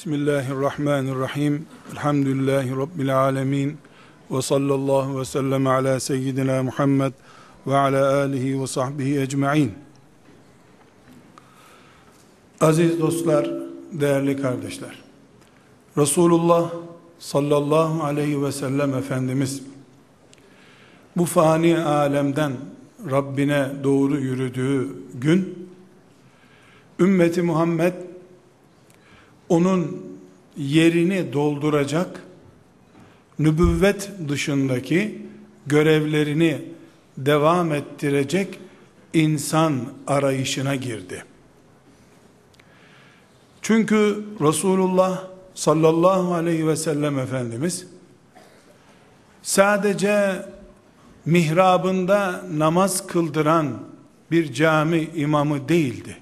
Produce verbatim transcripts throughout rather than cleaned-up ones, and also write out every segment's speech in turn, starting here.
Bismillahirrahmanirrahim. Elhamdülillahi Rabbil alemin. Ve sallallahu ve sellem ala seyyidina Muhammed ve ala alihi ve sahbihi ecma'in. Aziz dostlar, değerli kardeşler. Resulullah sallallahu aleyhi ve sellem Efendimiz bu fani alemden Rabbine doğru yürüdüğü gün ümmeti Muhammed onun yerini dolduracak, nübüvvet dışındaki görevlerini devam ettirecek insan arayışına girdi. Çünkü Resulullah sallallahu aleyhi ve sellem Efendimiz sadece mihrabında namaz kıldıran bir cami imamı değildi.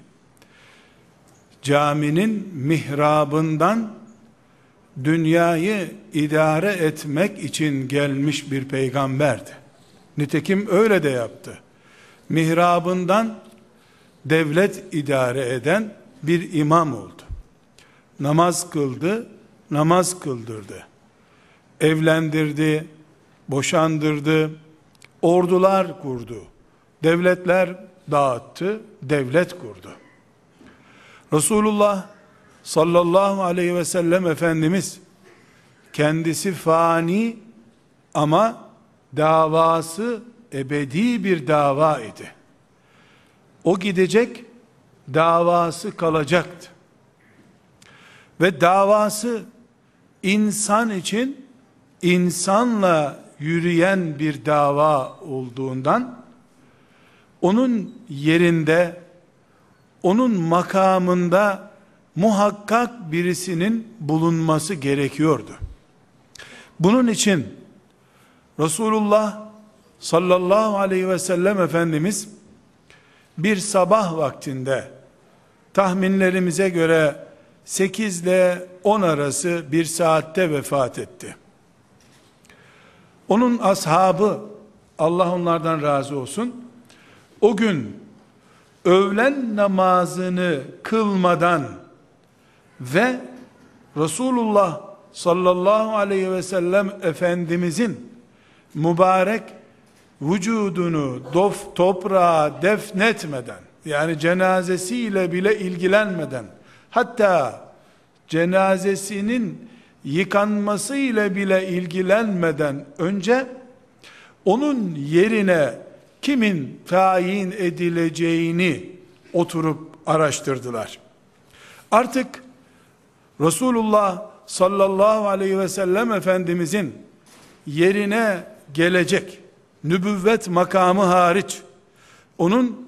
Caminin mihrabından dünyayı idare etmek için gelmiş bir peygamberdi. Nitekim öyle de yaptı. Mihrabından devlet idare eden bir imam oldu. Namaz kıldı, namaz kıldırdı. Evlendirdi, boşandırdı, ordular kurdu. Devletler dağıttı, devlet kurdu. Resulullah sallallahu aleyhi ve sellem Efendimiz kendisi fani ama davası ebedi bir dava idi. O gidecek, davası kalacaktı. Ve davası insan için insanla yürüyen bir dava olduğundan onun yerinde, onun makamında muhakkak birisinin bulunması gerekiyordu. Bunun için Resulullah sallallahu aleyhi ve sellem Efendimiz bir sabah vaktinde tahminlerimize göre sekiz ile on arası bir saatte vefat etti. Onun ashabı, Allah onlardan razı olsun, o gün öğlen namazını kılmadan ve Resulullah sallallahu aleyhi ve sellem Efendimizin mübarek vücudunu dof, toprağa defnetmeden, yani cenazesiyle bile ilgilenmeden, hatta cenazesinin yıkanmasıyla bile ilgilenmeden önce onun yerine kimin tayin edileceğini oturup araştırdılar. Artık Resulullah sallallahu aleyhi ve sellem Efendimizin yerine gelecek nübüvvet makamı hariç onun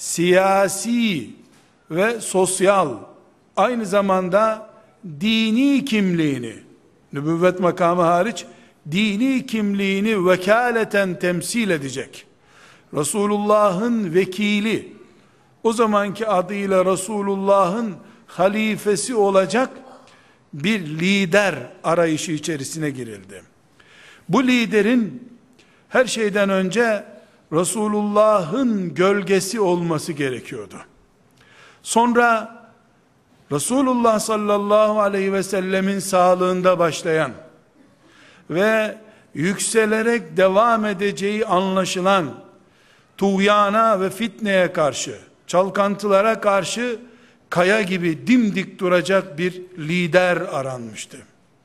siyasi ve sosyal, aynı zamanda dini kimliğini, nübüvvet makamı hariç dini kimliğini vekaleten temsil edecek Resulullah'ın vekili, o zamanki adıyla Resulullah'ın halifesi olacak bir lider arayışı içerisine girildi. Bu liderin her şeyden önce Resulullah'ın gölgesi olması gerekiyordu. Sonra Resulullah sallallahu aleyhi ve sellemin sağlığında başlayan ve yükselerek devam edeceği anlaşılan tuğyana ve fitneye karşı, çalkantılara karşı kaya gibi dimdik duracak bir lider aranmıştı.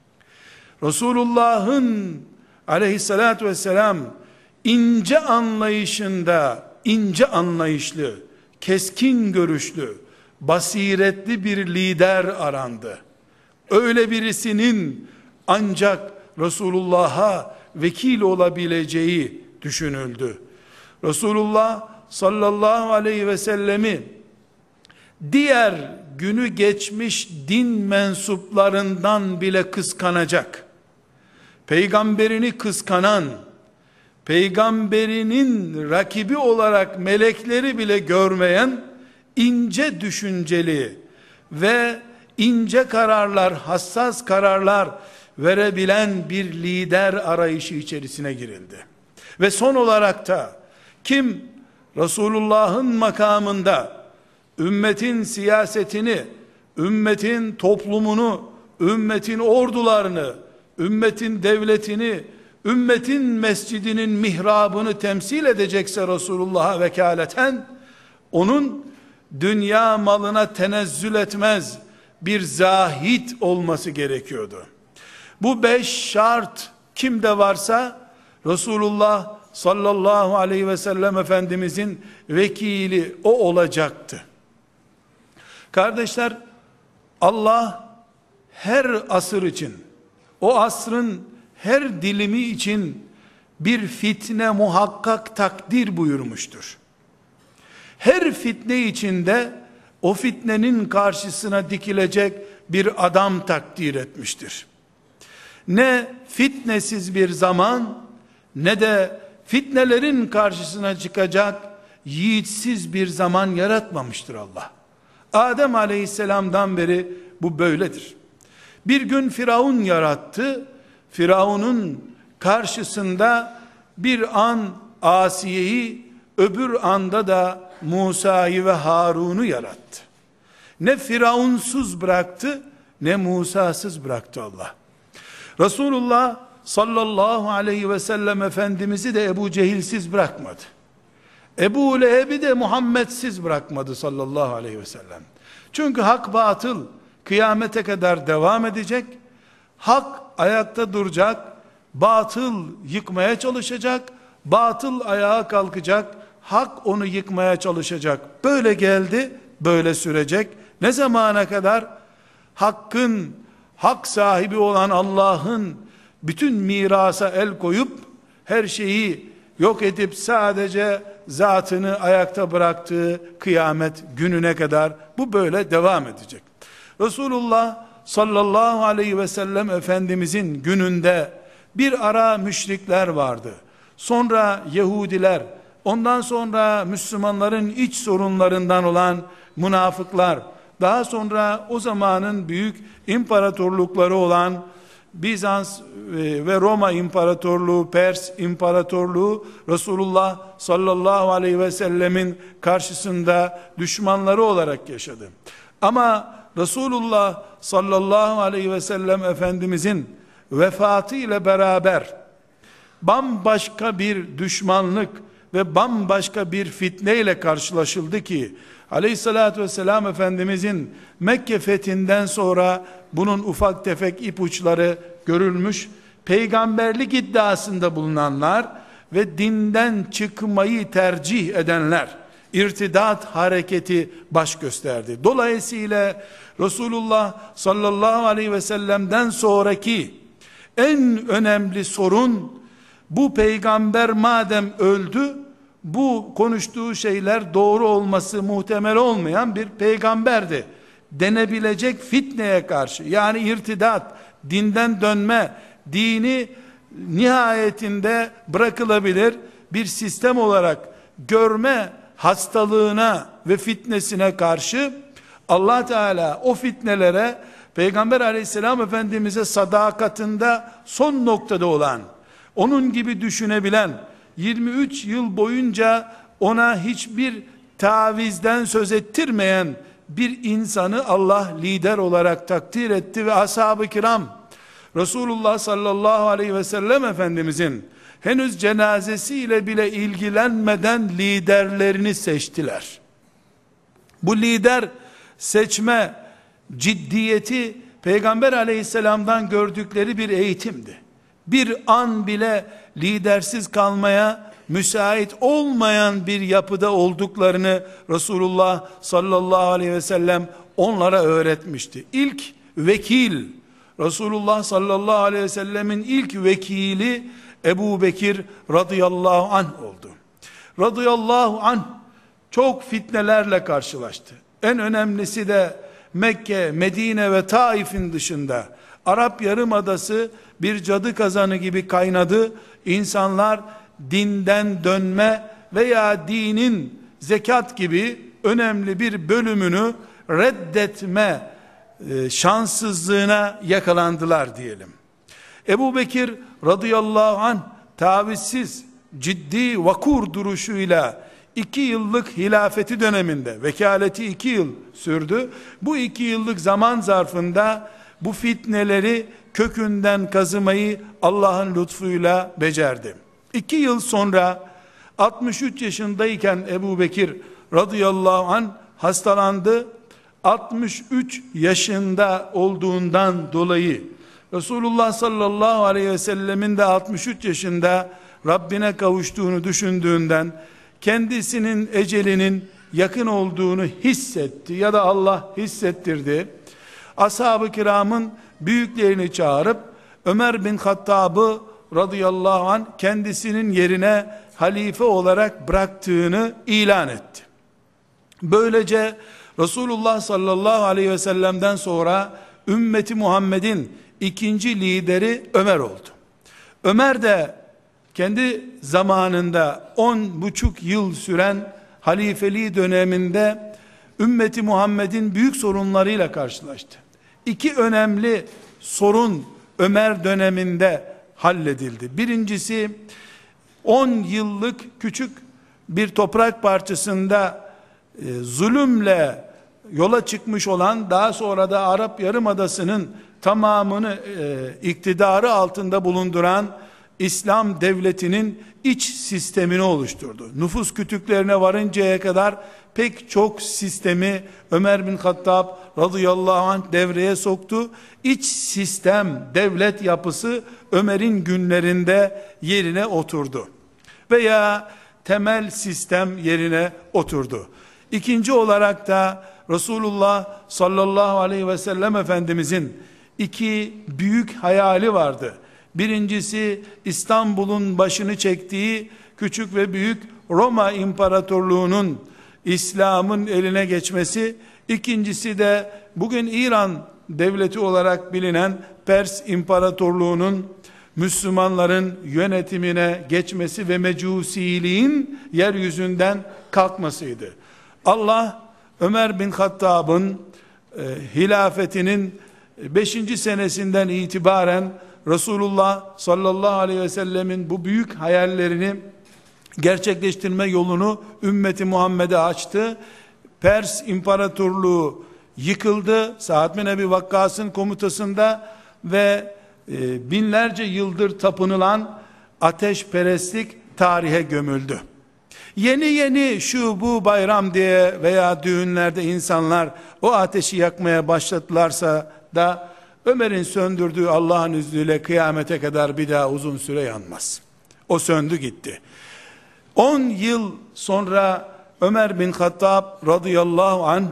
Resulullah'ın aleyhissalatü vesselam ince anlayışında, ince anlayışlı, keskin görüşlü, basiretli bir lider arandı. Öyle birisinin ancak Resulullah'a vekil olabileceği düşünüldü. Resulullah sallallahu aleyhi ve sellemi diğer günü geçmiş din mensuplarından bile kıskanacak, peygamberini kıskanan, peygamberinin rakibi olarak melekleri bile görmeyen ince düşünceli ve ince kararlar, hassas kararlar verebilen bir lider arayışı içerisine girildi. Ve son olarak da kim Resulullah'ın makamında ümmetin siyasetini, ümmetin toplumunu ümmetin ordularını, ümmetin devletini, ümmetin mescidinin mihrabını temsil edecekse Resulullah'a vekaleten, onun dünya malına tenezzül etmez bir zahit olması gerekiyordu. Bu beş şart kimde varsa Resulullah sallallahu aleyhi ve sellem Efendimizin vekili o olacaktı. Kardeşler, Allah her asır için, o asrın her dilimi için bir fitne muhakkak takdir buyurmuştur. Her fitne içinde o fitnenin karşısına dikilecek bir adam takdir etmiştir. Ne fitnesiz bir zaman, ne de fitnelerin karşısına çıkacak yiğitsiz bir zaman yaratmamıştır Allah. Adem aleyhisselamdan beri bu böyledir. Bir gün Firavun yarattı. Firavun'un karşısında bir an Asiye'yi, öbür anda da Musa'yı ve Harun'u yarattı. Ne Firavunsuz bıraktı, ne Musa'sız bıraktı Allah. Resulullah sallallahu aleyhi ve sellem Efendimiz'i de Ebu Cehilsiz bırakmadı. Ebu Leheb'i de Muhammedsiz bırakmadı sallallahu aleyhi ve sellem. Çünkü hak batıl kıyamete kadar devam edecek. Hak ayakta duracak, batıl yıkmaya çalışacak, batıl ayağa kalkacak, hak onu yıkmaya çalışacak. Böyle geldi, böyle sürecek. Ne zamana kadar? Hakkın, hak sahibi olan Allah'ın bütün mirasa el koyup her şeyi yok edip sadece zatını ayakta bıraktığı kıyamet gününe kadar bu böyle devam edecek. Resulullah sallallahu aleyhi ve sellem Efendimizin gününde bir ara müşrikler vardı. Sonra Yahudiler, ondan sonra Müslümanların iç sorunlarından olan münafıklar, daha sonra o zamanın büyük imparatorlukları olan Bizans ve Roma İmparatorluğu, Pers İmparatorluğu, Resulullah sallallahu aleyhi ve sellemin karşısında düşmanları olarak yaşadı. Ama Resulullah sallallahu aleyhi ve sellem Efendimizin vefatı ile beraber bambaşka bir düşmanlık ve bambaşka bir fitne ile karşılaşıldı ki aleyhissalatü vesselam Efendimizin Mekke fethinden sonra bunun ufak tefek ipuçları görülmüş. Peygamberlik iddiasında bulunanlar ve dinden çıkmayı tercih edenler irtidat hareketi baş gösterdi. Dolayısıyla Resulullah sallallahu aleyhi ve sellem'den sonraki en önemli sorun, bu peygamber madem öldü, bu konuştuğu şeyler doğru olması muhtemel olmayan bir peygamberdi denebilecek fitneye karşı, yani irtidat, dinden dönme, dini nihayetinde bırakılabilir bir sistem olarak görme hastalığına ve fitnesine karşı Allah Teala o fitnelere Peygamber aleyhisselam Efendimiz'e sadakatinde son noktada olan, onun gibi düşünebilen, yirmi üç yıl boyunca ona hiçbir tavizden söz ettirmeyen bir insanı Allah lider olarak takdir etti ve ashab-ı kiram Resulullah sallallahu aleyhi ve sellem Efendimizin henüz cenazesiyle bile ilgilenmeden liderlerini seçtiler. Bu lider seçme ciddiyeti Peygamber aleyhisselamdan gördükleri bir eğitimdi. Bir an bile lidersiz kalmaya müsait olmayan bir yapıda olduklarını Resulullah sallallahu aleyhi ve sellem onlara öğretmişti. İlk vekil, Resulullah sallallahu aleyhi ve sellemin ilk vekili Ebu Bekir radıyallahu anh oldu. Radıyallahu anh çok fitnelerle karşılaştı. En önemlisi de Mekke, Medine ve Taif'in dışında Arap Yarımadası bir cadı kazanı gibi kaynadı. İnsanlar dinden dönme veya dinin zekat gibi önemli bir bölümünü reddetme e, şanssızlığına yakalandılar diyelim. Ebu Bekir radıyallahu anh tavizsiz, ciddi, vakur duruşuyla iki yıllık hilafeti döneminde, vekaleti iki yıl sürdü. Bu iki yıllık zaman zarfında bu fitneleri kökünden kazımayı Allah'ın lütfuyla becerdi. İki yıl sonra altmış üç yaşındayken Ebu Bekir radıyallahu anh hastalandı. altmış üç yaşında olduğundan dolayı Resulullah sallallahu aleyhi ve sellemin de altmış üç yaşında Rabbine kavuştuğunu düşündüğünden kendisinin ecelinin yakın olduğunu hissetti ya da Allah hissettirdi. Ashab-ı kiramın büyüklerini çağırıp Ömer bin Hattab'ı radıyallahu anh kendisinin yerine halife olarak bıraktığını ilan etti. Böylece Resulullah sallallahu aleyhi ve sellem'den sonra ümmeti Muhammed'in ikinci lideri Ömer oldu. Ömer de kendi zamanında on buçuk yıl süren halifeliği döneminde ümmeti Muhammed'in büyük sorunlarıyla karşılaştı. İki önemli sorun Ömer döneminde halledildi. Birincisi, on yıllık küçük bir toprak parçasında e, zulümle yola çıkmış olan, daha sonra da Arap Yarımadası'nın tamamını e, iktidarı altında bulunduran İslam devletinin iç sistemini oluşturdu. Nüfus kütüklerine varıncaya kadar pek çok sistemi Ömer bin Hattab radıyallahu anh devreye soktu. İç sistem, devlet yapısı Ömer'in günlerinde yerine oturdu. Veya temel sistem yerine oturdu. İkinci olarak da Resulullah sallallahu aleyhi ve sellem Efendimizin iki büyük hayali vardı. Birincisi, İstanbul'un başını çektiği küçük ve büyük Roma İmparatorluğu'nun İslam'ın eline geçmesi. İkincisi de bugün İran devleti olarak bilinen Pers İmparatorluğu'nun Müslümanların yönetimine geçmesi ve mecusiliğin yeryüzünden kalkmasıydı. Allah Ömer bin Hattab'ın e, hilafetinin beşinci senesinden itibaren Resulullah sallallahu aleyhi ve sellemin bu büyük hayallerini gerçekleştirme yolunu ümmeti Muhammed'e açtı. Pers İmparatorluğu yıkıldı Sa'd bin Ebi Vakkas'ın komutasında ve e, binlerce yıldır tapınılan ateşperestlik tarihe gömüldü. Yeni yeni şu bu bayram diye veya düğünlerde insanlar o ateşi yakmaya başladılarsa da Ömer'in söndürdüğü Allah'ın izniyle kıyamete kadar bir daha uzun süre yanmaz. O söndü gitti. on yıl sonra Ömer bin Hattab radıyallahu anh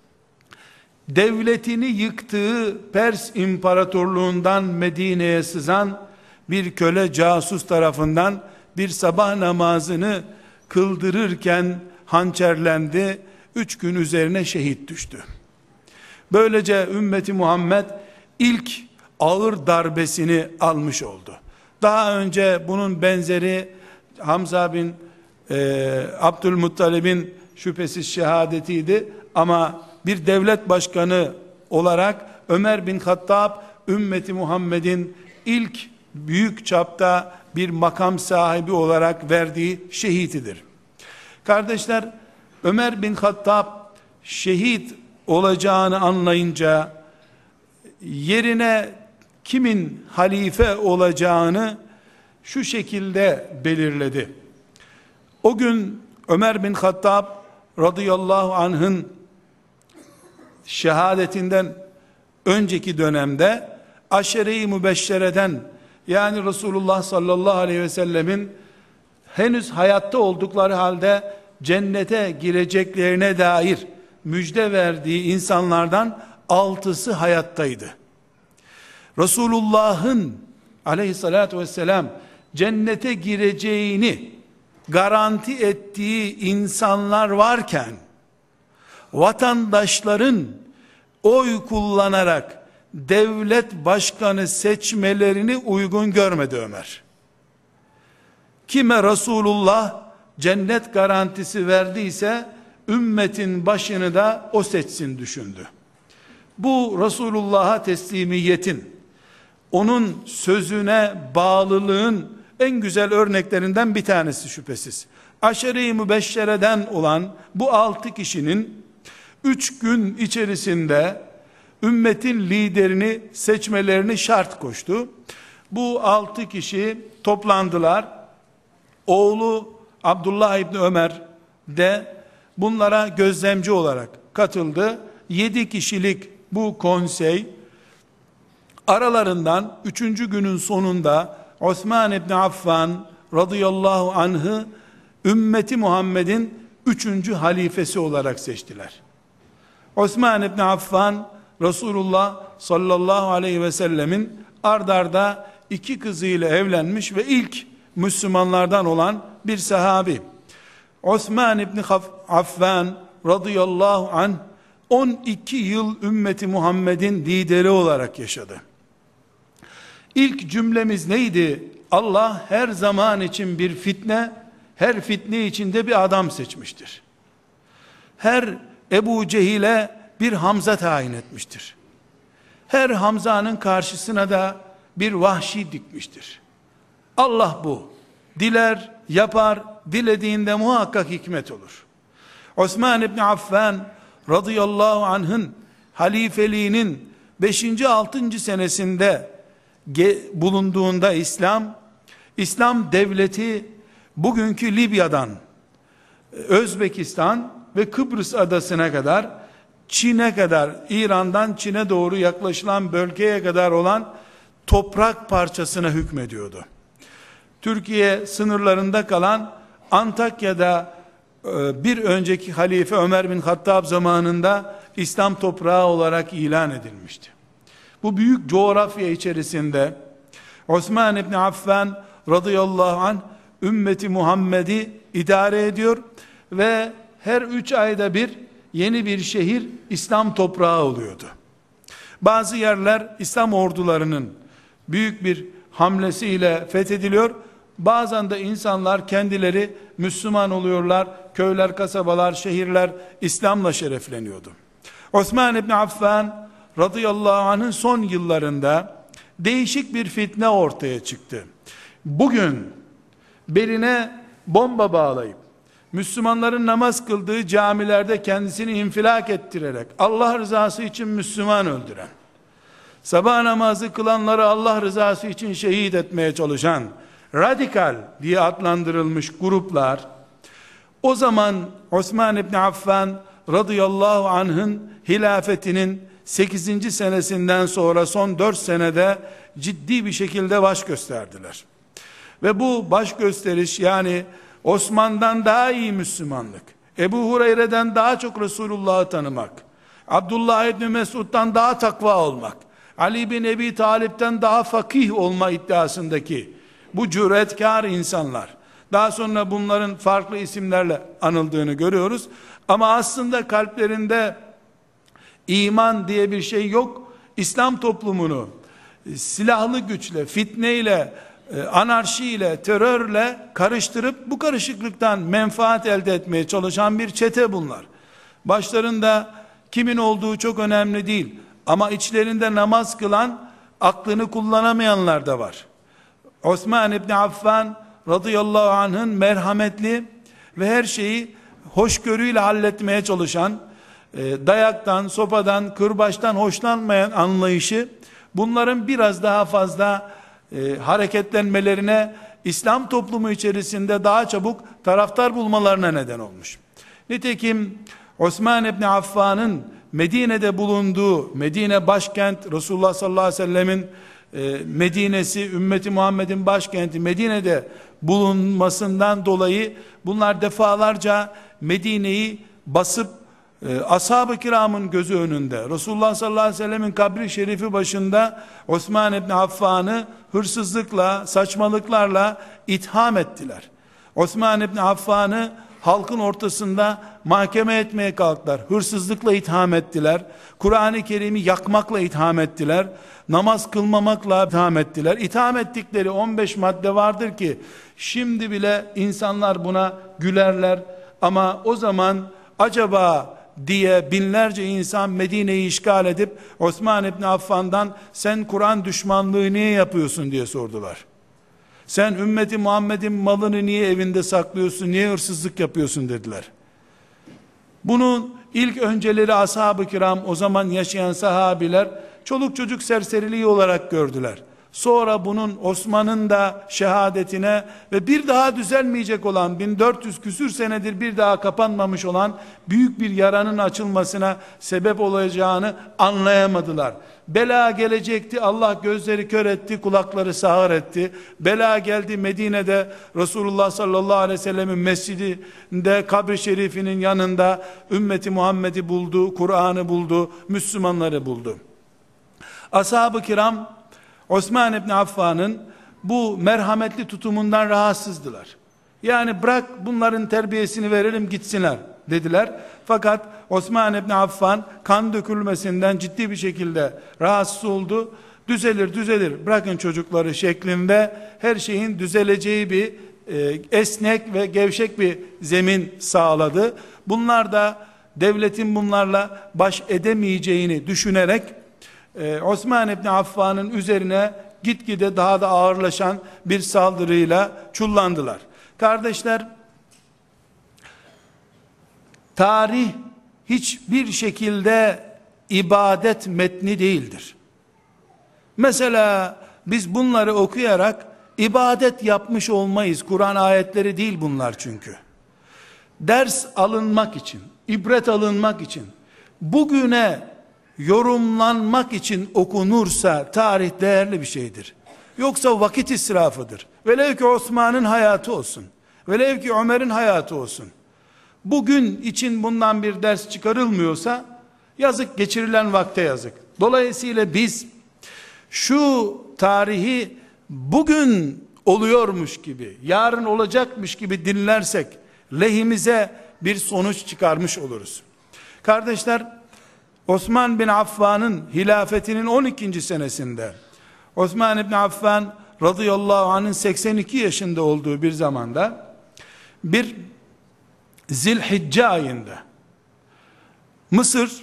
devletini yıktığı Pers İmparatorluğundan Medine'ye sızan bir köle casus tarafından bir sabah namazını kıldırırken hançerlendi. Üç gün üzerine şehit düştü. Böylece ümmeti Muhammed ilk ağır darbesini almış oldu. Daha önce bunun benzeri Hamza bin e, Abdülmuttalib'in şüphesiz şehadetiydi ama bir devlet başkanı olarak Ömer bin Hattab ümmeti Muhammed'in ilk büyük çapta bir makam sahibi olarak verdiği şehitidir. Kardeşler, Ömer bin Hattab şehit olacağını anlayınca yerine kimin halife olacağını şu şekilde belirledi. O gün Ömer bin Hattab radıyallahu anh'ın şehadetinden önceki dönemde aşere-i mübeşşereden, yani Resulullah sallallahu aleyhi ve sellemin henüz hayatta oldukları halde cennete gireceklerine dair müjde verdiği insanlardan altısı hayattaydı. Resulullah'ın aleyhissalatü vesselam cennete gireceğini garanti ettiği insanlar varken vatandaşların oy kullanarak devlet başkanı seçmelerini uygun görmedi Ömer. Kime Resulullah cennet garantisi verdiyse ümmetin başını da o seçsin düşündü. Bu Resulullah'a teslimiyetin, onun sözüne bağlılığın en güzel örneklerinden bir tanesi şüphesiz. Aşere-i mübeşşereden olan bu altı kişinin üç gün içerisinde ümmetin liderini seçmelerini şart koştu. Bu altı kişi toplandılar. Oğlu Abdullah İbni Ömer de bunlara gözlemci olarak katıldı. Yedi kişilik bu konsey, aralarından üçüncü günün sonunda Osman İbni Affan radıyallahu anh'ı ümmeti Muhammed'in üçüncü halifesi olarak seçtiler. Osman İbni Affan, Resulullah sallallahu aleyhi ve sellemin ard arda iki kızıyla evlenmiş ve ilk Müslümanlardan olan bir sahabi. Osman İbni Affan radıyallahu anh on iki yıl ümmeti Muhammed'in lideri olarak yaşadı. İlk cümlemiz neydi? Allah her zaman için bir fitne, her fitne içinde bir adam seçmiştir. Her Ebu Cehil'e bir Hamza tayin etmiştir. Her Hamza'nın karşısına da bir Vahşi dikmiştir. Allah bu. Diler, yapar, dilediğinde muhakkak hikmet olur. Osman İbni Affan radıyallahu anh'ın halifeliğinin beşinci altıncı senesinde bulunduğunda İslam, İslam devleti bugünkü Libya'dan, Özbekistan ve Kıbrıs adasına kadar, Çin'e kadar, İran'dan Çin'e doğru yaklaşılan bölgeye kadar olan toprak parçasına hükmediyordu. Türkiye sınırlarında kalan Antakya'da bir önceki halife Ömer bin Hattab zamanında İslam toprağı olarak ilan edilmişti. Bu büyük coğrafya içerisinde Osman İbni Affan radıyallahu anh ümmeti Muhammed'i idare ediyor ve her üç ayda bir yeni bir şehir İslam toprağı oluyordu. Bazı yerler İslam ordularının büyük bir hamlesiyle fethediliyor. Bazen de insanlar kendileri Müslüman oluyorlar. Köyler, kasabalar, şehirler İslam'la şerefleniyordu. Osman İbni Affan radıyallahu anh'ın son yıllarında değişik bir fitne ortaya çıktı. Bugün beline bomba bağlayıp Müslümanların namaz kıldığı camilerde kendisini infilak ettirerek Allah rızası için Müslüman öldüren, sabah namazı kılanları Allah rızası için şehit etmeye çalışan radikal diye adlandırılmış gruplar, o zaman Osman İbni Affan radıyallahu anh'ın hilafetinin sekizinci senesinden sonra son dört senede ciddi bir şekilde baş gösterdiler. Ve bu baş gösteriş, yani Osman'dan daha iyi Müslümanlık, Ebu Hureyre'den daha çok Resulullah'ı tanımak, Abdullah İbni Mesud'dan daha takva olmak, Ali bin Ebi Talip'ten daha fakih olma iddiasındaki bu cüretkar insanlar, daha sonra bunların farklı isimlerle anıldığını görüyoruz. Ama aslında kalplerinde iman diye bir şey yok. İslam toplumunu silahlı güçle, fitneyle, anarşiyle, terörle karıştırıp bu karışıklıktan menfaat elde etmeye çalışan bir çete bunlar. Başlarında kimin olduğu çok önemli değil. Ama içlerinde namaz kılan, aklını kullanamayanlar da var. Osman İbni Affan radıyallahu anh'ın merhametli ve her şeyi hoşgörüyle halletmeye çalışan, dayaktan, sopadan, kırbaçtan hoşlanmayan anlayışı, bunların biraz daha fazla e, hareketlenmelerine, İslam toplumu içerisinde daha çabuk taraftar bulmalarına neden olmuş. Nitekim Osman İbni Affan'ın Medine'de bulunduğu, Medine başkent, Resulullah sallallahu aleyhi ve sellemin e, Medine'si, ümmeti Muhammed'in başkenti Medine'de bulunmasından dolayı bunlar defalarca Medine'yi basıp e, ashab-ı kiramın gözü önünde Resulullah sallallahu aleyhi ve sellemin kabri şerifi başında Osman İbni Affan'ı hırsızlıkla, saçmalıklarla itham ettiler. Osman İbni Affan'ı halkın ortasında mahkeme etmeye kalktılar. Hırsızlıkla itham ettiler. Kur'an-ı Kerim'i yakmakla itham ettiler. Namaz kılmamakla itham ettiler. İtham ettikleri on beş madde vardır ki şimdi bile insanlar buna gülerler. Ama o zaman acaba diye binlerce insan Medine'yi işgal edip Osman İbni Affan'dan sen Kur'an düşmanlığı niye yapıyorsun diye sordular. Sen ümmeti Muhammed'in malını niye evinde saklıyorsun, niye hırsızlık yapıyorsun dediler. Bunun İlk önceleri ashab-ı kiram, o zaman yaşayan sahabiler çoluk çocuk serseriliği olarak gördüler. Sonra bunun Osman'ın da şehadetine ve bir daha düzelmeyecek olan, bin dört yüz küsür senedir bir daha kapanmamış olan büyük bir yaranın açılmasına sebep olacağını anlayamadılar. Bela gelecekti, Allah gözleri kör etti, kulakları sağır etti. Bela geldi, Medine'de Resulullah sallallahu aleyhi ve sellemin mescidinde, kabri şerifinin yanında ümmeti Muhammed'i buldu, Kur'an'ı buldu, Müslümanları buldu. Ashab-ı kiram Osman İbni Affan'ın bu merhametli tutumundan rahatsızdılar. Yani bırak bunların terbiyesini verelim gitsinler dediler. Fakat Osman İbni Affan kan dökülmesinden ciddi bir şekilde rahatsız oldu. Düzelir düzelir bırakın çocukları şeklinde her şeyin düzeleceği bir e, esnek ve gevşek bir zemin sağladı. Bunlar da devletin bunlarla baş edemeyeceğini düşünerek Ee, Osman İbni Affan'ın üzerine gitgide daha da ağırlaşan bir saldırıyla çullandılar. Kardeşler, tarih hiçbir şekilde ibadet metni değildir. Mesela biz bunları okuyarak ibadet yapmış olmayız. Kur'an ayetleri değil bunlar çünkü. Ders alınmak için, ibret alınmak için, bugüne yorumlanmak için okunursa tarih değerli bir şeydir. Yoksa vakit israfıdır. Velev ki Osman'ın hayatı olsun, velev ki Ömer'in hayatı olsun. Bugün için bundan bir ders çıkarılmıyorsa yazık, geçirilen vakte yazık. Dolayısıyla biz şu tarihi bugün oluyormuş gibi, yarın olacakmış gibi dinlersek lehimize bir sonuç çıkarmış oluruz. Kardeşler, Osman bin Affan'ın hilafetinin on ikinci senesinde Osman İbni Affan radıyallahu anh'ın seksen iki yaşında olduğu bir zamanda bir Zilhicce ayında Mısır,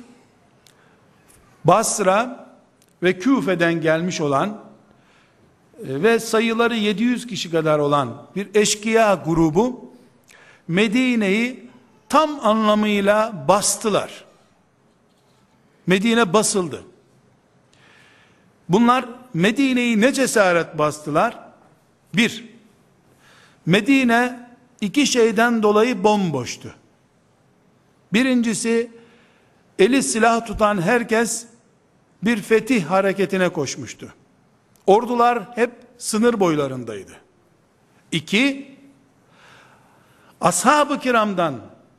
Basra ve Küfe'den gelmiş olan ve sayıları yedi yüz kişi kadar olan bir eşkıya grubu Medine'yi tam anlamıyla bastılar. Medine basıldı. Bunlar Medine'yi ne cesaret bastılar? Bir, Medine iki şeyden dolayı bomboştu. Birincisi, eli silah tutan herkes bir fetih hareketine koşmuştu. Ordular hep sınır boylarındaydı. İki, ashab-ı kiramdan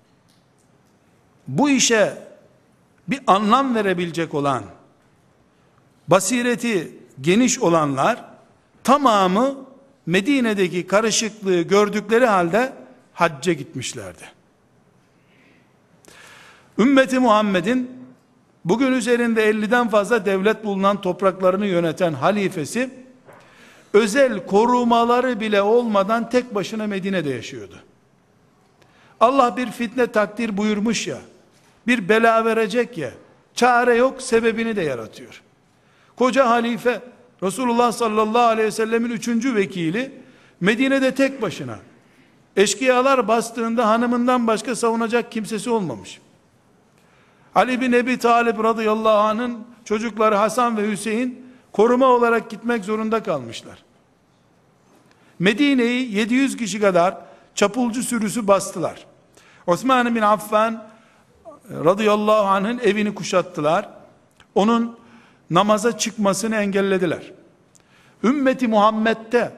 bu işe bir anlam verebilecek olan, basireti geniş olanlar tamamı Medine'deki karışıklığı gördükleri halde hacca gitmişlerdi. Ümmeti Muhammed'in bugün üzerinde elliden fazla devlet bulunan topraklarını yöneten halifesi özel korumaları bile olmadan tek başına Medine'de yaşıyordu. Allah bir fitne takdir buyurmuş ya, bir bela verecek ya, çare yok, sebebini de yaratıyor. Koca halife Resulullah sallallahu aleyhi ve sellemin üçüncü vekili Medine'de tek başına, eşkıyalar bastığında hanımından başka savunacak kimsesi olmamış. Ali bin Ebi Talib radıyallahu anh'ın çocukları Hasan ve Hüseyin koruma olarak gitmek zorunda kalmışlar. Medine'yi yedi yüz kişi kadar çapulcu sürüsü bastılar. Osman bin Affan radıyallahu anh'ın evini kuşattılar. Onun namaza çıkmasını engellediler. Ümmeti Muhammed'de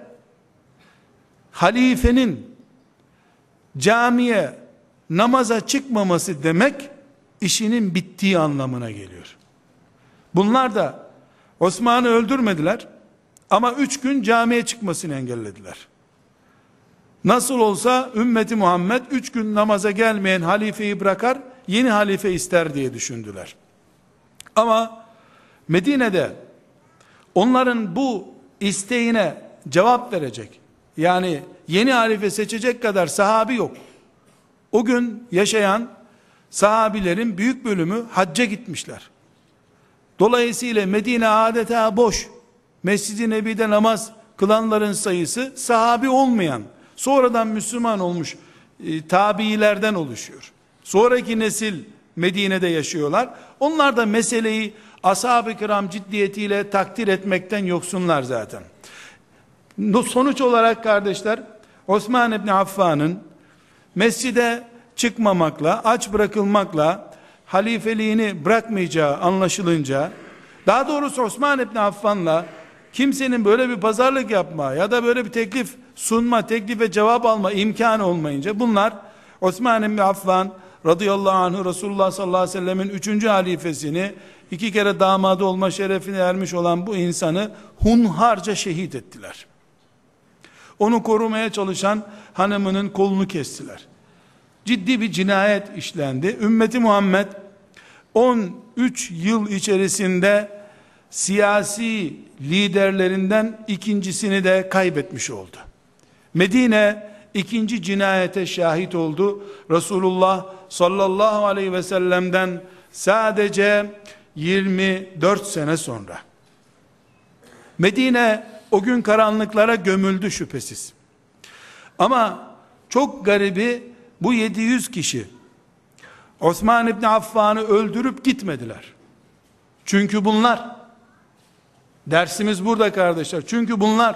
halifenin camiye namaza çıkmaması demek işinin bittiği anlamına geliyor. Bunlar da Osman'ı öldürmediler ama üç gün camiye çıkmasını engellediler. Nasıl olsa ümmeti Muhammed üç gün namaza gelmeyen halifeyi bırakar, yeni halife ister diye düşündüler. Ama Medine'de onların bu isteğine cevap verecek, yani yeni halife seçecek kadar sahabi yok. O gün yaşayan sahabilerin büyük bölümü hacca gitmişler. Dolayısıyla Medine adeta boş. Mescid-i Nebi'de namaz kılanların sayısı sahabi olmayan, sonradan Müslüman olmuş e, tabiilerden oluşuyor. Sonraki nesil Medine'de yaşıyorlar. Onlar da meseleyi ashab-ı kiram ciddiyetiyle takdir etmekten yoksunlar zaten. Sonuç olarak kardeşler, Osman İbni Affan'ın mescide çıkmamakla, aç bırakılmakla halifeliğini bırakmayacağı anlaşılınca, daha doğrusu Osman İbni Affan'la kimsenin böyle bir pazarlık yapma ya da böyle bir teklif sunma, teklif ve cevap alma imkanı olmayınca, bunlar Osman İbni Affan radıyallahu anh, Resulullah sallallahu aleyhi ve sellemin üçüncü halifesini, iki kere damadı olma şerefine ermiş olan bu insanı hunharca şehit ettiler. Onu korumaya çalışan hanımının kolunu kestiler. Ciddi bir cinayet işlendi. Ümmeti Muhammed on üç yıl içerisinde siyasi liderlerinden ikincisini de kaybetmiş oldu. Medine ikinci cinayete şahit oldu. Resulullah sallallahu aleyhi ve sellem'den sadece yirmi dört sene sonra. Medine o gün karanlıklara gömüldü şüphesiz. Ama çok garibi, bu yedi yüz kişi Osman İbni Affan'ı öldürüp gitmediler. Çünkü bunlar, dersimiz burada kardeşler, çünkü bunlar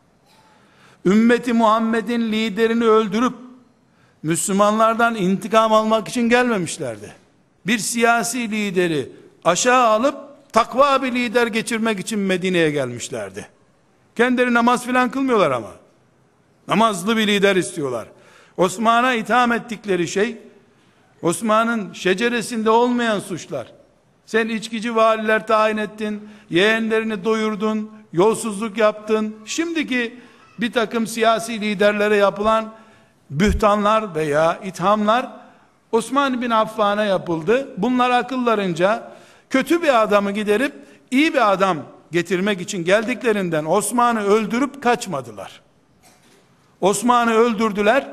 ümmeti Muhammed'in liderini öldürüp Müslümanlardan intikam almak için gelmemişlerdi. Bir siyasi lideri aşağı alıp takva bir lider geçirmek için Medine'ye gelmişlerdi. Kendileri namaz filan kılmıyorlar ama. Namazlı bir lider istiyorlar. Osman'a itham ettikleri şey, Osman'ın şeceresinde olmayan suçlar. Sen içkici valiler tayin ettin, yeğenlerini doyurdun, yolsuzluk yaptın. Şimdiki bir takım siyasi liderlere yapılan bühtanlar veya ithamlar Osman bin Affan'a yapıldı. Bunlar akıllarınca kötü bir adamı giderip iyi bir adam getirmek için geldiklerinden Osman'ı öldürüp kaçmadılar. Osman'ı öldürdüler.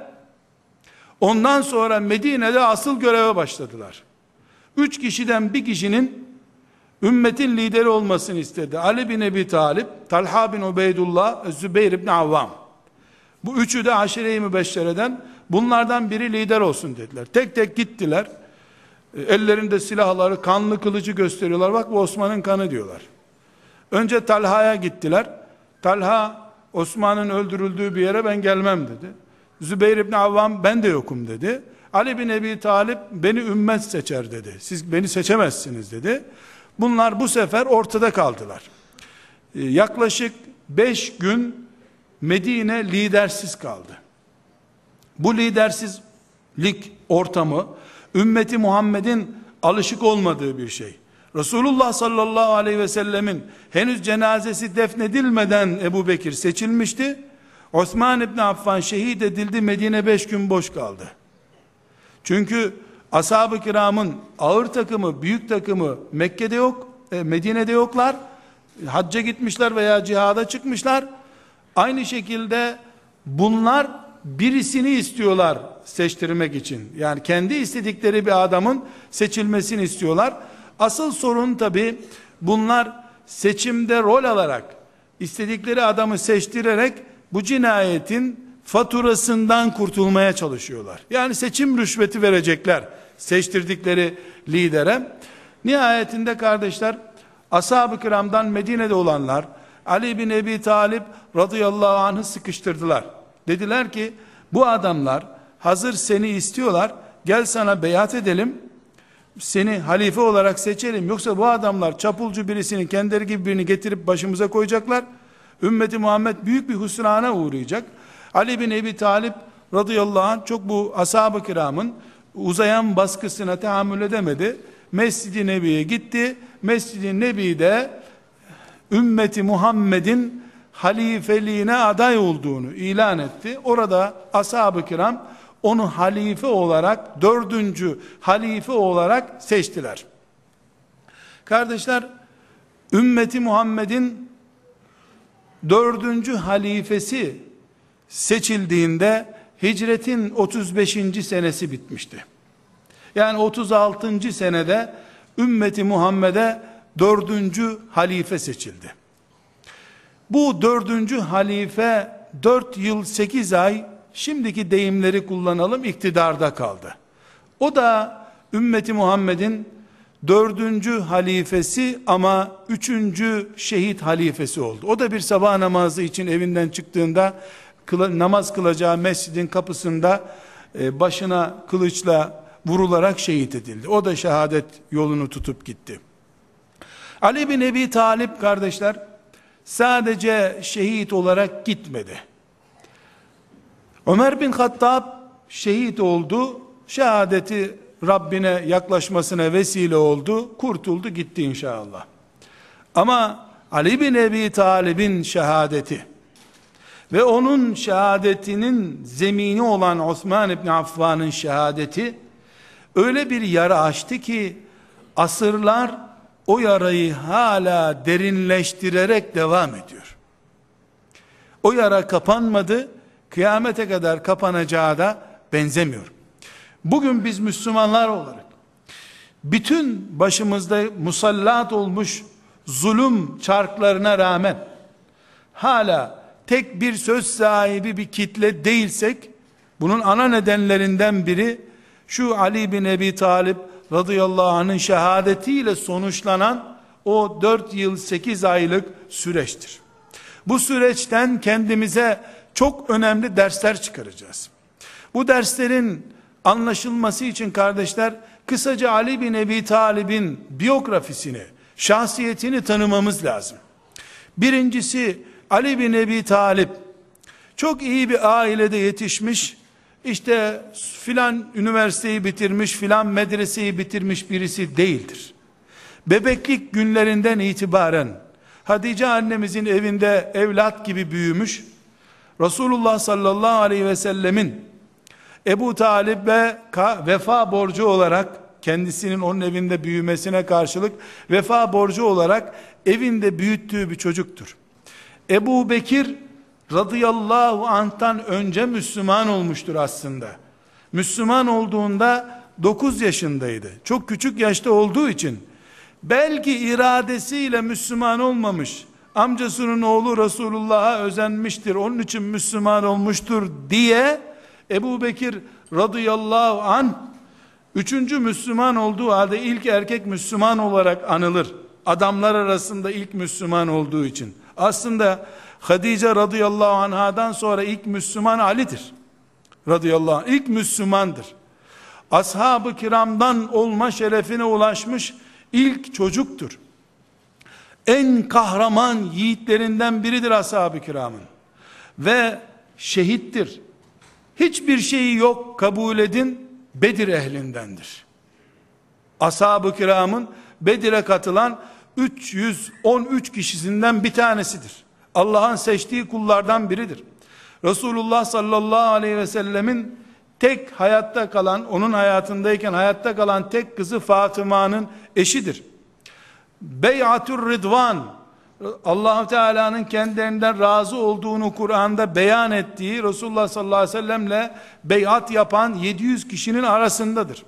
Ondan sonra Medine'de asıl göreve başladılar. Üç kişiden bir kişinin ümmetin lideri olmasını istedi. Ali bin Ebi Talib, Talha bin Ubeydullah, Zübeyir bin Avvam. Bu üçü de aşire-i mübeşşereden, bunlardan biri lider olsun dediler. Tek tek gittiler. Ellerinde silahları, kanlı kılıcı gösteriyorlar. Bak bu Osman'ın kanı diyorlar. Önce Talha'ya gittiler. Talha, Osman'ın öldürüldüğü bir yere ben gelmem dedi. Zübeyir ibn Avvam ben de yokum dedi. Ali bin Ebi Talib beni ümmet seçer dedi. Siz beni seçemezsiniz dedi. Bunlar bu sefer ortada kaldılar. Ee, yaklaşık beş gün Medine lidersiz kaldı. Bu lidersizlik ortamı ümmeti Muhammed'in alışık olmadığı bir şey. Resulullah sallallahu aleyhi ve sellemin henüz cenazesi defnedilmeden Ebu Bekir seçilmişti. Osman İbni Affan şehit edildi. Medine beş gün boş kaldı. Çünkü ashab-ı kiramın ağır takımı, büyük takımı Mekke'de yok, e, Medine'de yoklar. Hacca gitmişler veya cihada çıkmışlar. Aynı şekilde bunlar birisini istiyorlar seçtirmek için. Yani kendi istedikleri bir adamın seçilmesini istiyorlar. Asıl sorun tabi, bunlar seçimde rol alarak istedikleri adamı seçtirerek bu cinayetin faturasından kurtulmaya çalışıyorlar. Yani seçim rüşveti verecekler seçtirdikleri lidere. Nihayetinde kardeşler, ashab-ı kiramdan Medine'de olanlar Ali bin Ebi Talib radıyallahu anh'ı sıkıştırdılar. Dediler ki bu adamlar hazır seni istiyorlar, gel sana beyat edelim, seni halife olarak seçelim, yoksa bu adamlar çapulcu birisini, kendileri gibi birini getirip başımıza koyacaklar, ümmeti Muhammed büyük bir hüsrana uğrayacak. Ali bin Ebi Talib radıyallahu anh çok bu ashab-ı kiramın uzayan baskısına tahammül edemedi. Mescid-i Nebi'ye gitti. Mescid-i Nebi'de ümmeti Muhammed'in halifeliğine aday olduğunu ilan etti. Orada ashab-ı kiram onu halife olarak, dördüncü halife olarak seçtiler. Kardeşler, ümmeti Muhammed'in dördüncü halifesi seçildiğinde hicretin otuz beşinci senesi bitmişti. Yani otuz altıncı senede ümmeti Muhammed'e dördüncü halife seçildi. Bu dördüncü halife dört yıl sekiz ay, şimdiki deyimleri kullanalım, iktidarda kaldı. O da ümmeti Muhammed'in dördüncü halifesi ama üçüncü şehit halifesi oldu. O da bir sabah namazı için evinden çıktığında namaz kılacağı mescidin kapısında başına kılıçla vurularak şehit edildi. O da şehadet yolunu tutup gitti. Ali bin Ebi Talip kardeşler sadece şehit olarak gitmedi. Ömer bin Hattab şehit oldu. Şehadeti Rabbine yaklaşmasına vesile oldu. Kurtuldu gitti inşallah. Ama Ali bin Ebi Talib'in şehadeti ve onun şehadetinin zemini olan Osman İbni Affan'ın şehadeti öyle bir yara açtı ki asırlar o yarayı hala derinleştirerek devam ediyor. O yara kapanmadı, kıyamete kadar kapanacağı da benzemiyor. Bugün biz Müslümanlar olarak bütün başımızda musallat olmuş zulüm çarklarına rağmen hala tek bir söz sahibi bir kitle değilsek, bunun ana nedenlerinden biri şu Ali bin Ebi Talib radıyallahu anh'ın şehadetiyle sonuçlanan o dört yıl sekiz aylık süreçtir. Bu süreçten kendimize çok önemli dersler çıkaracağız. Bu derslerin anlaşılması için kardeşler, kısaca Ali bin Ebi Talib'in biyografisini, şahsiyetini tanımamız lazım. Birincisi, Ali bin Ebi Talib çok iyi bir ailede yetişmiş, işte filan üniversiteyi bitirmiş, filan medreseyi bitirmiş birisi değildir. Bebeklik günlerinden itibaren Hatice annemizin evinde evlat gibi büyümüş. Resulullah sallallahu aleyhi ve sellemin Ebu Talib'e vefa borcu olarak, kendisinin onun evinde büyümesine karşılık vefa borcu olarak evinde büyüttüğü bir çocuktur. Ebu Bekir radıyallahu anh'tan önce Müslüman olmuştur aslında. Müslüman olduğunda dokuz yaşındaydı. Çok küçük yaşta olduğu için belki iradesiyle Müslüman olmamış, amcasının oğlu Resulullah'a özenmiştir, onun için Müslüman olmuştur diye Ebu Bekir radıyallahu anh üçüncü Müslüman olduğu halde ilk erkek Müslüman olarak anılır. Adamlar arasında ilk Müslüman olduğu için. Aslında Hatice radıyallahu anhadan sonra ilk Müslüman Ali'dir. Radıyallahu anh ilk Müslümandır. Ashab-ı kiramdan olma şerefine ulaşmış ilk çocuktur. En kahraman yiğitlerinden biridir ashab-ı kiramın. Ve şehittir. Hiçbir şeyi yok kabul edin, Bedir ehlindendir. Ashab-ı kiramın Bedir'e katılan üç yüz on üç kişisinden bir tanesidir. Allah'ın seçtiği kullardan biridir. Resulullah sallallahu aleyhi ve sellemin tek hayatta kalan, onun hayatındayken hayatta kalan tek kızı Fatıma'nın eşidir. Bey'atur Ridvan, Allah Teala'nın kendilerinden razı olduğunu Kur'an'da beyan ettiği Resulullah sallallahu aleyhi ve sellemle beyat yapan yedi yüz kişinin arasındadır.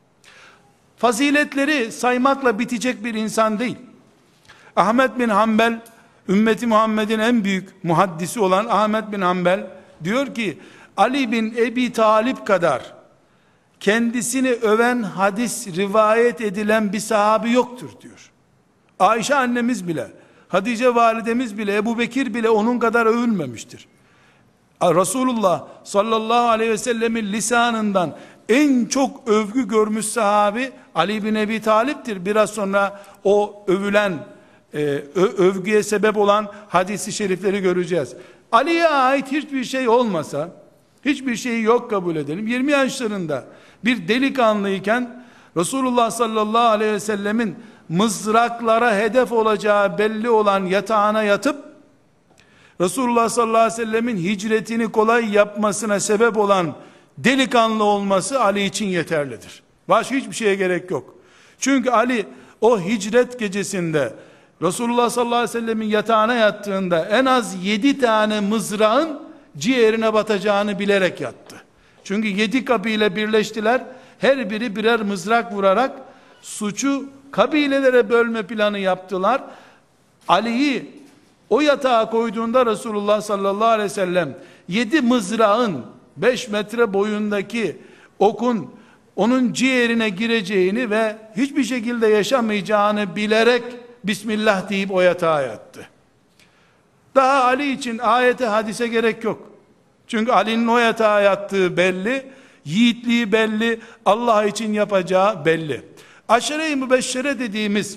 Faziletleri saymakla bitecek bir insan değil. Ahmet bin Hanbel, ümmeti Muhammed'in en büyük muhaddisi olan Ahmet bin Hanbel diyor ki, Ali bin Ebi Talib kadar kendisini öven hadis rivayet edilen bir sahabi yoktur diyor. Ayşe annemiz bile, Hatice validemiz bile, Ebu Bekir bile onun kadar övülmemiştir. Resulullah sallallahu aleyhi ve sellemin lisanından en çok övgü görmüş sahabi Ali bin Ebi Talip'tir. Biraz sonra o övülen, e, övgüye sebep olan hadisi şerifleri göreceğiz. Ali'ye ait hiçbir şey olmasa, hiçbir şeyi yok kabul edelim. yirmi yaşlarında bir delikanlıyken Resulullah sallallahu aleyhi ve sellemin mızraklara hedef olacağı belli olan yatağına yatıp Resulullah sallallahu aleyhi ve sellemin hicretini kolay yapmasına sebep olan delikanlı olması Ali için yeterlidir. Başka hiçbir şeye gerek yok. Çünkü Ali o hicret gecesinde Resulullah sallallahu aleyhi ve sellemin yatağına yattığında en az yedi tane mızrağın ciğerine batacağını bilerek yattı. Çünkü yedi kabile birleştiler. Her biri birer mızrak vurarak suçu kabilelere bölme planı yaptılar. Ali'yi o yatağa koyduğunda Resulullah sallallahu aleyhi ve sellem yedi mızrağın beş metre boyundaki okun onun ciğerine gireceğini ve hiçbir şekilde yaşamayacağını bilerek Bismillah deyip o yatağa yattı. Daha Ali için ayete hadise gerek yok. Çünkü Ali'nin o yatağa yattığı belli, yiğitliği belli, Allah için yapacağı belli. Aşere-i mübeşşere dediğimiz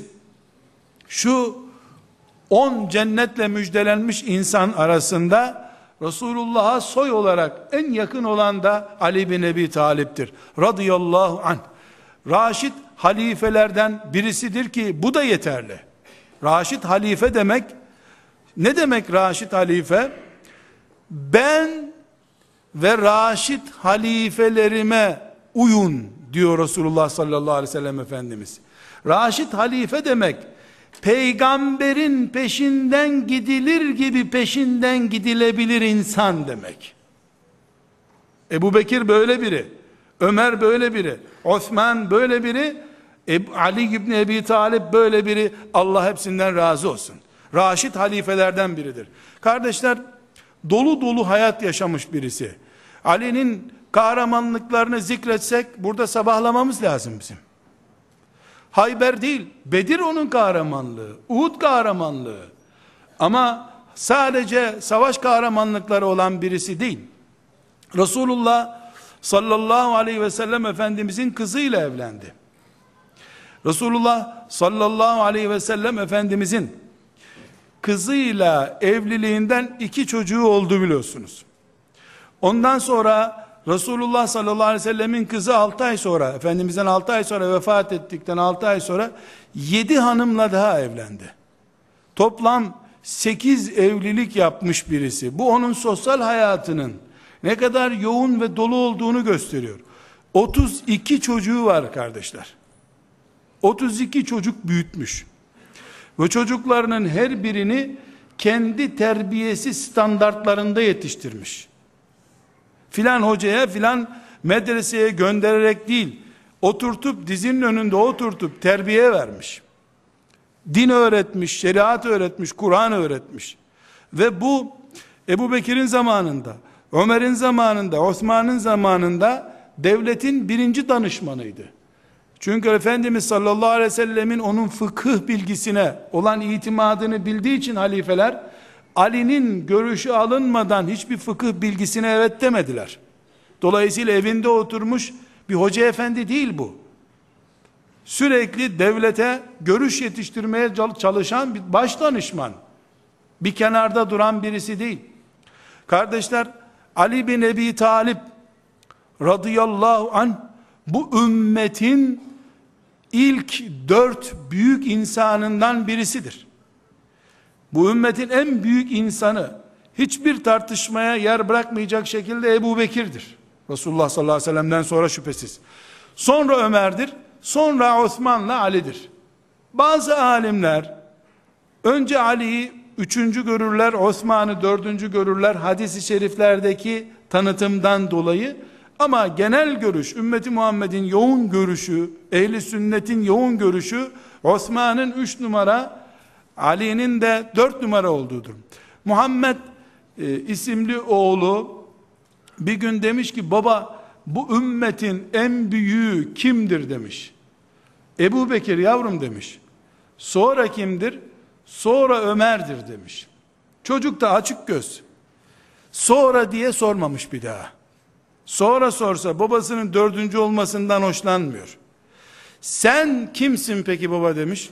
şu on cennetle müjdelenmiş insan arasında Resulullah'a soy olarak en yakın olan da Ali bin Ebi Talip'tir radıyallahu anh. Raşid halifelerden birisidir ki bu da yeterli. Raşid halife demek ne demek? Raşid halife, ben ve Raşid halifelerime uyun diyor Resulullah sallallahu aleyhi ve sellem Efendimiz. Raşid halife demek, peygamberin peşinden gidilir gibi peşinden gidilebilir insan demek. Ebu Bekir böyle biri, Ömer böyle biri, Osman böyle biri, Ali İbni Ebi Talib böyle biri. Allah hepsinden razı olsun. Raşid halifelerden biridir. Kardeşler, dolu dolu hayat yaşamış birisi. Ali'nin kahramanlıklarını zikretsek burada sabahlamamız lazım bizim. Hayber değil, Bedir onun kahramanlığı, Uhud kahramanlığı. Ama sadece savaş kahramanlıkları olan birisi değil. Resulullah sallallahu aleyhi ve sellem Efendimizin kızıyla evlendi. Resulullah sallallahu aleyhi ve sellem Efendimizin kızıyla evliliğinden iki çocuğu oldu biliyorsunuz. Ondan sonra Resulullah sallallahu aleyhi ve sellemin kızı altı ay sonra, Efendimiz'den altı ay sonra vefat ettikten altı ay sonra yedi hanımla daha evlendi. Toplam sekiz evlilik yapmış birisi. Bu onun sosyal hayatının ne kadar yoğun ve dolu olduğunu gösteriyor. otuz iki çocuğu var kardeşler. otuz iki çocuk büyütmüş. Ve çocuklarının her birini kendi terbiyesi standartlarında yetiştirmiş. Filan hocaya filan medreseye göndererek değil, oturtup dizinin önünde oturtup terbiye vermiş. Din öğretmiş, şeriat öğretmiş, Kur'an öğretmiş. Ve bu Ebu Bekir'in zamanında, Ömer'in zamanında, Osman'ın zamanında devletin birinci danışmanıydı. Çünkü Efendimiz sallallahu aleyhi ve sellemin onun fıkıh bilgisine olan itimadını bildiği için halifeler, Ali'nin görüşü alınmadan hiçbir fıkıh bilgisine evet demediler. Dolayısıyla evinde oturmuş bir hoca efendi değil bu. Sürekli devlete görüş yetiştirmeye çalışan bir baş danışman. Bir kenarda duran birisi değil. Kardeşler, Ali bin Ebi Talib radıyallahu anh bu ümmetin ilk dört büyük insanından birisidir. Bu ümmetin en büyük insanı, hiçbir tartışmaya yer bırakmayacak şekilde Ebu Bekir'dir. Resulullah sallallahu aleyhi ve sellem'den sonra şüphesiz. Sonra Ömer'dir, sonra Osman'la Ali'dir. Bazı alimler önce Ali'yi üçüncü görürler, Osman'ı dördüncü görürler hadis-i şeriflerdeki tanıtımdan dolayı. Ama genel görüş, ümmeti Muhammed'in yoğun görüşü, ehli sünnetin yoğun görüşü, Osman'ın üç numara, Ali'nin de dört numara olduğudur. Muhammed e, isimli oğlu bir gün demiş ki, baba bu ümmetin en büyüğü kimdir demiş. Ebu Bekir yavrum demiş. Sonra kimdir? Sonra Ömer'dir demiş. Çocuk da açık göz. Sonra diye sormamış bir daha. Sonra sorsa babasının dördüncü olmasından hoşlanmıyor. Sen kimsin peki baba demiş.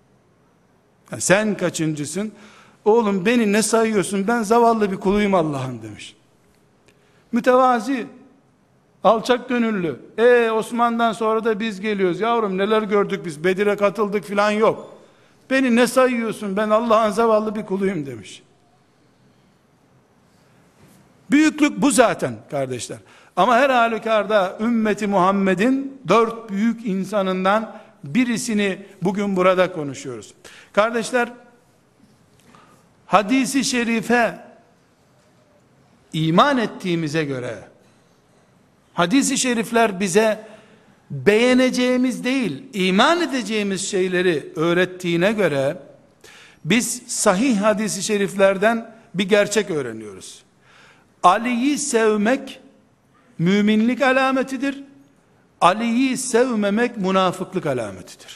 Sen kaçıncısın? Oğlum beni ne sayıyorsun? Ben zavallı bir kuluyum Allah'ın demiş. Mütevazi, alçak gönüllü. E Osman'dan sonra da biz geliyoruz. Yavrum neler gördük biz, Bedir'e katıldık filan yok. Beni ne sayıyorsun? Ben Allah'ın zavallı bir kuluyum demiş. Büyüklük bu zaten kardeşler. Ama her halükarda ümmeti Muhammed'in dört büyük insanından birisini bugün burada konuşuyoruz. Kardeşler, hadisi şerife iman ettiğimize göre, hadisi şerifler bize beğeneceğimiz değil, iman edeceğimiz şeyleri öğrettiğine göre, biz sahih hadisi şeriflerden bir gerçek öğreniyoruz. Ali'yi sevmek müminlik alametidir. Ali'yi sevmemek münafıklık alametidir.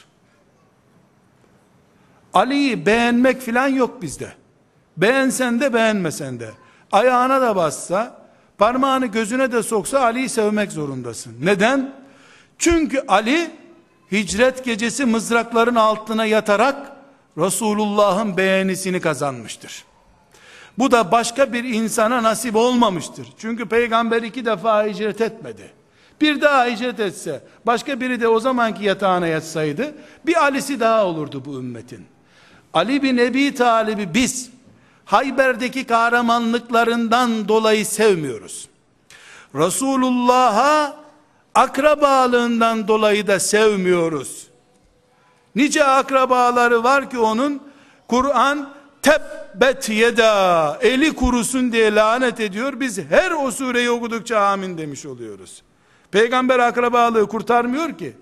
Ali'yi beğenmek filan yok bizde. Beğensen de beğenmesen de, ayağına da bassa, parmağını gözüne de soksa Ali'yi sevmek zorundasın. Neden? Çünkü Ali hicret gecesi mızrakların altına yatarak Resulullah'ın beğenisini kazanmıştır. Bu da başka bir insana nasip olmamıştır. Çünkü peygamber iki defa hicret etmedi. Bir daha hicret etse, başka biri de o zamanki yatağına yatsaydı, bir Ali'si daha olurdu bu ümmetin. Ali bin Ebi Talib'i biz Hayber'deki kahramanlıklarından dolayı sevmiyoruz. Resulullah'a akrabalığından dolayı da sevmiyoruz. Nice akrabaları var ki onun, Kur'an tebbet yeda, eli kurusun diye lanet ediyor. Biz her o sureyi okudukça amin demiş oluyoruz. Peygamber akrabalığı kurtarmıyor ki.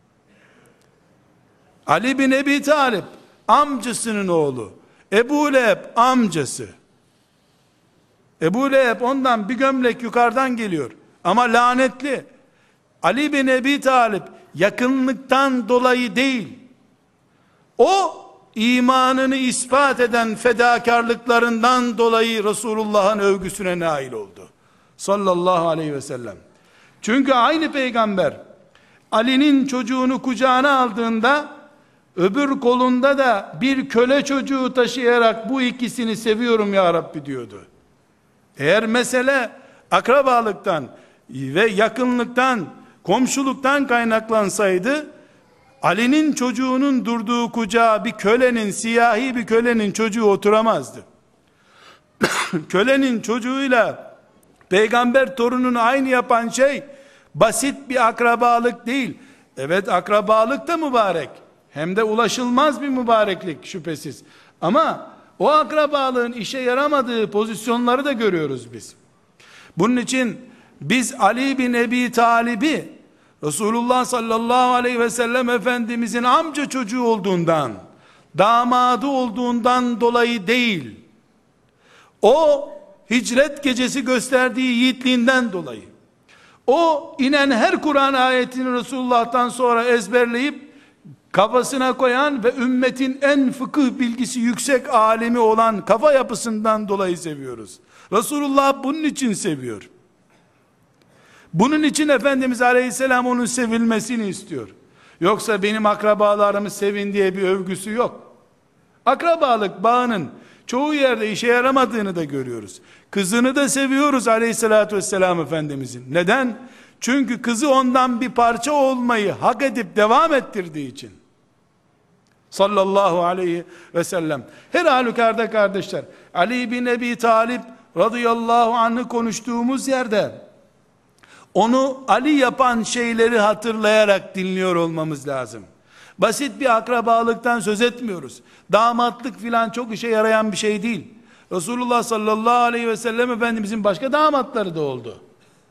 Ali bin Ebi Talib amcasının oğlu, Ebu Leheb amcası. Ebu Leheb ondan bir gömlek yukarıdan geliyor ama lanetli. Ali bin Ebi Talib yakınlıktan dolayı değil, o imanını ispat eden fedakarlıklarından dolayı Resulullah'ın övgüsüne nail oldu. Sallallahu aleyhi ve sellem. Çünkü aynı peygamber Ali'nin çocuğunu kucağına aldığında öbür kolunda da bir köle çocuğu taşıyarak bu ikisini seviyorum ya Rabbi diyordu. Eğer mesele akrabalıktan ve yakınlıktan, komşuluktan kaynaklansaydı, Ali'nin çocuğunun durduğu kucağa bir kölenin, siyahi bir kölenin çocuğu oturamazdı. Kölenin çocuğuyla peygamber torununu aynı yapan şey basit bir akrabalık değil. Evet, akrabalık da mübarek, hem de ulaşılmaz bir mübareklik şüphesiz. Ama o akrabalığın işe yaramadığı pozisyonları da görüyoruz biz. Bunun için biz Ali bin Ebi Talib'i Resulullah sallallahu aleyhi ve sellem Efendimizin amca çocuğu olduğundan, damadı olduğundan dolayı değil, o hicret gecesi gösterdiği yiğitliğinden dolayı, o inen her Kur'an ayetini Resulullah'tan sonra ezberleyip kafasına koyan ve ümmetin en fıkıh bilgisi yüksek alimi olan kafa yapısından dolayı seviyoruz. Resulullah bunun için seviyor. Bunun için Efendimiz Aleyhisselam onun sevilmesini istiyor. Yoksa benim akrabalarımı sevin diye bir övgüsü yok. Akrabalık bağının çoğu yerde işe yaramadığını da görüyoruz. Kızını da seviyoruz Aleyhisselatü Vesselam Efendimizin. Neden? Çünkü kızı ondan bir parça olmayı hak edip devam ettirdiği için. Sallallahu aleyhi ve sellem. Her halükarda kardeşler, Ali bin Ebi Talib radıyallahu anh'ı konuştuğumuz yerde onu Ali yapan şeyleri hatırlayarak dinliyor olmamız lazım. Basit bir akrabalıktan söz etmiyoruz. Damatlık filan çok işe yarayan bir şey değil. Resulullah sallallahu aleyhi ve sellem Efendimizin başka damatları da oldu.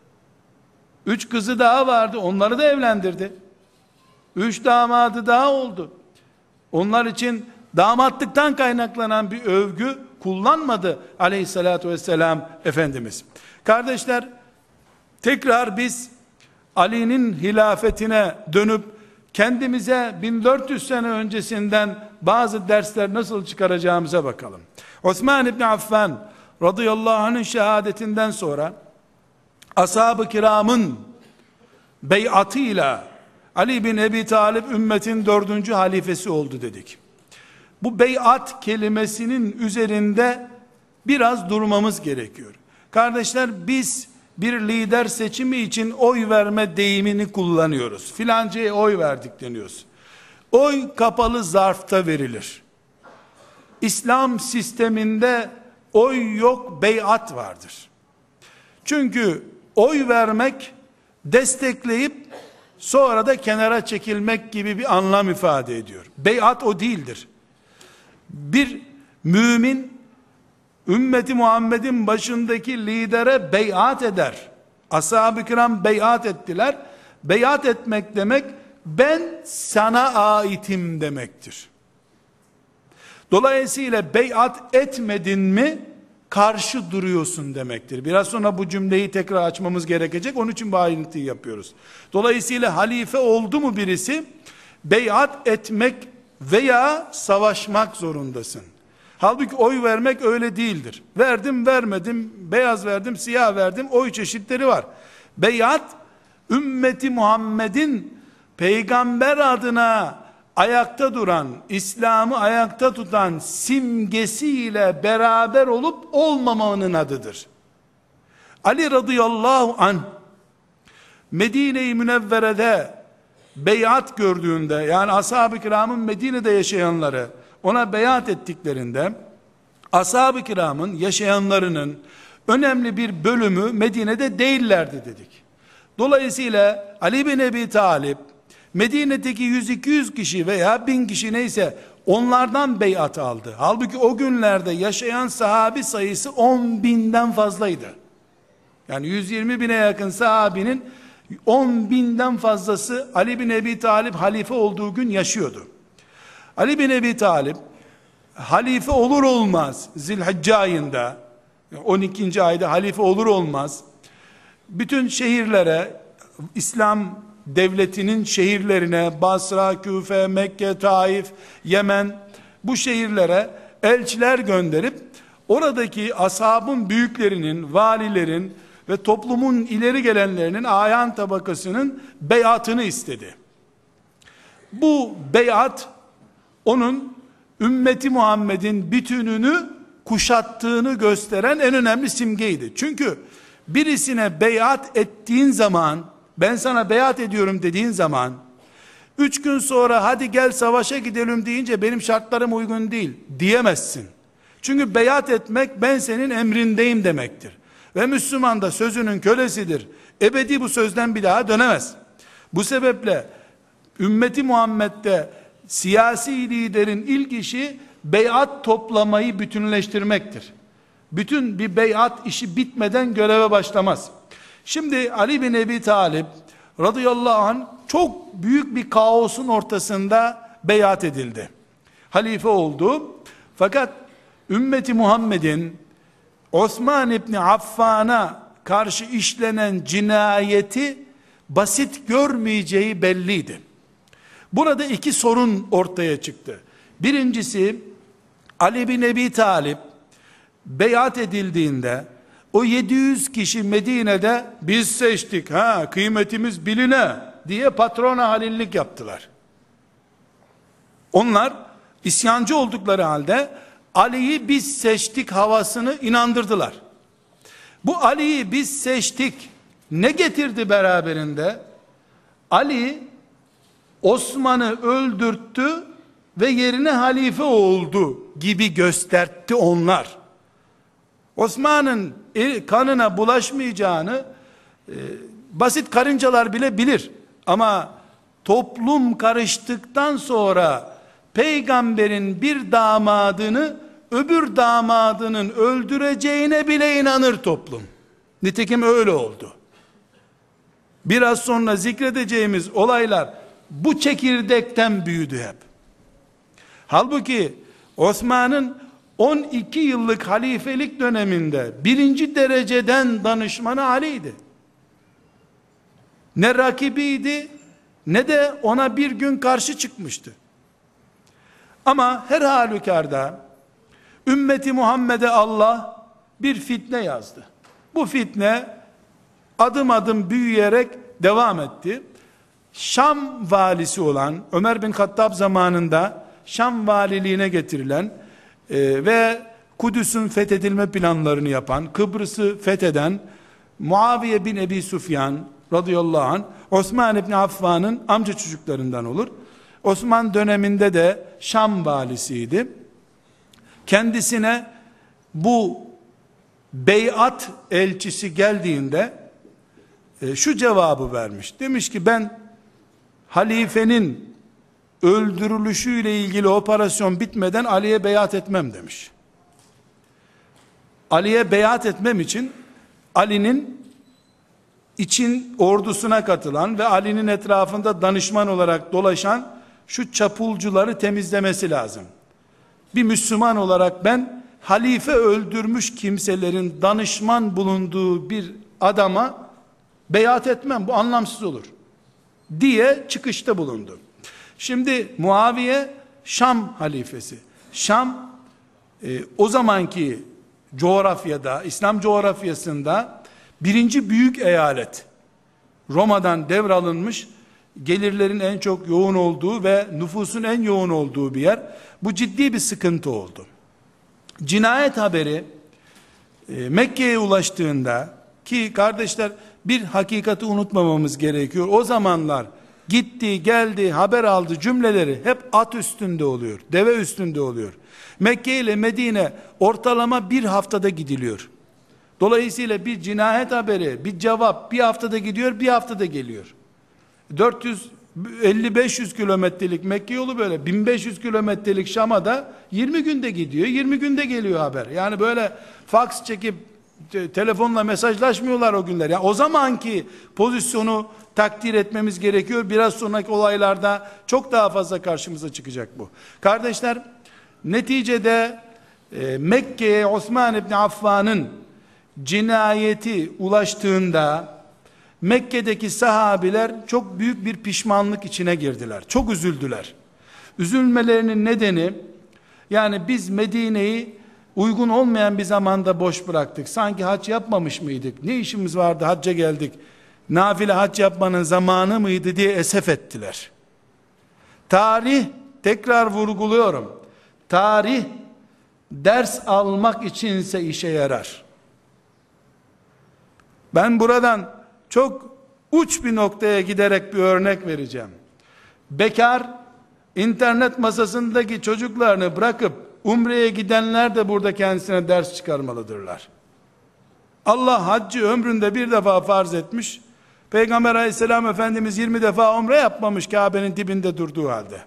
Üç kızı daha vardı, onları da evlendirdi. Üç damadı daha oldu. Onlar için damatlıktan kaynaklanan bir övgü kullanmadı aleyhissalatü vesselam Efendimiz. Kardeşler, tekrar biz Ali'nin hilafetine dönüp kendimize bin dört yüz sene öncesinden bazı dersler nasıl çıkaracağımıza bakalım. Osman İbni Affan radıyallahu anh'ın şehadetinden sonra ashab-ı kiramın beyatıyla Ali bin Ebi Talib ümmetin dördüncü halifesi oldu dedik. Bu beyat kelimesinin üzerinde biraz durmamız gerekiyor. Kardeşler, biz bir lider seçimi için oy verme deyimini kullanıyoruz. Filancaya oy verdik deniyoruz. Oy kapalı zarfta verilir. İslam sisteminde oy yok, beyat vardır. Çünkü oy vermek, destekleyip sonra da kenara çekilmek gibi bir anlam ifade ediyor. Beyat o değildir. Bir mümin ümmeti Muhammed'in başındaki lidere beyat eder. Ashab-ı kiram beyat ettiler. Beyat etmek demek, ben sana aitim demektir. Dolayısıyla beyat etmedin mi karşı duruyorsun demektir. Biraz sonra bu cümleyi tekrar açmamız gerekecek. Onun için bu ayrıntıyı yapıyoruz. Dolayısıyla halife oldu mu birisi, beyat etmek veya savaşmak zorundasın. Halbuki oy vermek öyle değildir. Verdim vermedim, beyaz verdim siyah verdim, oy çeşitleri var. Beyat, ümmeti Muhammed'in peygamber adına ayakta duran, İslam'ı ayakta tutan simgesiyle beraber olup olmamanın adıdır. Ali radıyallahu anh Medine-i Münevvere'de beyat gördüğünde, yani ashab-ı kiramın Medine'de yaşayanları ona beyat ettiklerinde, ashab-ı kiramın yaşayanlarının önemli bir bölümü Medine'de değillerdi dedik. Dolayısıyla Ali bin Ebi Talib Medine'deki yüz iki yüz kişi veya bin kişi neyse onlardan beyat aldı. Halbuki o günlerde yaşayan sahabi sayısı on binden fazlaydı. Yani yüz yirmi bine yakın sahabinin on binden fazlası Ali bin Ebi Talib halife olduğu gün yaşıyordu. Ali bin Ebi Talib halife olur olmaz Zilhicce ayında, on ikinci ayda halife olur olmaz bütün şehirlere, İslam devletinin şehirlerine, Basra, Küfe, Mekke, Taif, Yemen, bu şehirlere elçiler gönderip oradaki ashabın büyüklerinin, valilerin ve toplumun ileri gelenlerinin, ayan tabakasının beyatını istedi. Bu beyat onun ümmeti Muhammed'in bütününü kuşattığını gösteren en önemli simgeydi. Çünkü birisine beyat ettiğin zaman, ben sana beyat ediyorum dediğin zaman, üç gün sonra hadi gel savaşa gidelim deyince benim şartlarım uygun değil diyemezsin. Çünkü beyat etmek ben senin emrindeyim demektir. Ve Müslüman da sözünün kölesidir. Ebedi bu sözden bir daha dönemez. Bu sebeple ümmeti Muhammed'de siyasi liderin ilk işi beyat toplamayı bütünleştirmektir. Bütün bir beyat işi bitmeden göreve başlamaz. Şimdi Ali bin Ebi Talib radıyallahu anh çok büyük bir kaosun ortasında beyat edildi. Halife oldu. Fakat ümmeti Muhammed'in Osman İbni Affan'a karşı işlenen cinayeti basit görmeyeceği belliydi. Burada iki sorun ortaya çıktı. Birincisi, Ali bin Ebi Talib beyat edildiğinde o yedi yüz kişi Medine'de biz seçtik, ha kıymetimiz biline diye patrona halillik yaptılar. Onlar isyancı oldukları halde Ali'yi biz seçtik havasını inandırdılar. Bu Ali'yi biz seçtik ne getirdi beraberinde? Ali Osman'ı öldürttü ve yerine halife oldu gibi gösterdi onlar. Osman'ın kanına bulaşmayacağını e, basit karıncalar bile bilir. Ama toplum karıştıktan sonra peygamberin bir damadını öbür damadının öldüreceğine bile inanır toplum. Nitekim öyle oldu. Biraz sonra zikredeceğimiz olaylar bu çekirdekten büyüdü hep. Halbuki Osman'ın on iki yıllık halifelik döneminde birinci dereceden danışmanı Ali'ydi. Ne rakibiydi ne de ona bir gün karşı çıkmıştı. Ama her halükarda ümmeti Muhammed'e Allah bir fitne yazdı. Bu fitne adım adım büyüyerek devam etti. Şam valisi olan Ömer bin Hattab zamanında Şam valiliğine getirilen e, ve Kudüs'ün fethedilme planlarını yapan, Kıbrıs'ı fetheden Muaviye bin Ebi Süfyan radıyallahu anh Osman İbni Affan'ın amca çocuklarından olur. Osman döneminde de Şam valisiydi. Kendisine bu beyat elçisi geldiğinde e, şu cevabı vermiş. Demiş ki ben halifenin öldürülüşüyle ilgili operasyon bitmeden Ali'ye beyat etmem demiş. Ali'ye beyat etmem için Ali'nin için ordusuna katılan ve Ali'nin etrafında danışman olarak dolaşan şu çapulcuları temizlemesi lazım. Bir Müslüman olarak ben halife öldürmüş kimselerin danışman bulunduğu bir adama beyat etmem, bu anlamsız olur diye çıkışta bulundu. Şimdi Muaviye Şam halifesi. Şam e, o zamanki coğrafyada, İslam coğrafyasında birinci büyük eyalet. Roma'dan devralınmış, gelirlerin en çok yoğun olduğu ve nüfusun en yoğun olduğu bir yer. Bu ciddi bir sıkıntı oldu. Cinayet haberi e, Mekke'ye ulaştığında, ki kardeşler bir hakikati unutmamamız gerekiyor. O zamanlar gitti, geldi, haber aldı cümleleri hep at üstünde oluyor, deve üstünde oluyor. Mekke ile Medine ortalama bir haftada gidiliyor. Dolayısıyla bir cinayet haberi, bir cevap bir haftada gidiyor, bir haftada geliyor. dört yüz elli beş yüz kilometrelik Mekke yolu böyle. bin beş yüz kilometrelik Şam'a da yirmi günde gidiyor, yirmi günde geliyor haber. Yani böyle faks çekip te- telefonla mesajlaşmıyorlar o günler. Yani o zamanki pozisyonu takdir etmemiz gerekiyor. Biraz sonraki olaylarda çok daha fazla karşımıza çıkacak bu. Kardeşler, neticede e, Mekke'ye Osman İbni Affan'ın cinayeti ulaştığında Mekke'deki sahabiler çok büyük bir pişmanlık içine girdiler. Çok üzüldüler. Üzülmelerinin nedeni, yani biz Medine'yi uygun olmayan bir zamanda boş bıraktık. Sanki hac yapmamış mıydık? Ne işimiz vardı, hacca geldik. Nafile hac yapmanın zamanı mıydı diye esef ettiler. Tarih, tekrar vurguluyorum, tarih ders almak içinse işe yarar. Ben buradan çok uç bir noktaya giderek bir örnek vereceğim. Bekar, internet masasındaki çocuklarını bırakıp umreye gidenler de burada kendisine ders çıkarmalıdırlar. Allah haccı ömründe bir defa farz etmiş. Peygamber aleyhisselam Efendimiz yirmi defa umre yapmamış Kabe'nin dibinde durduğu halde.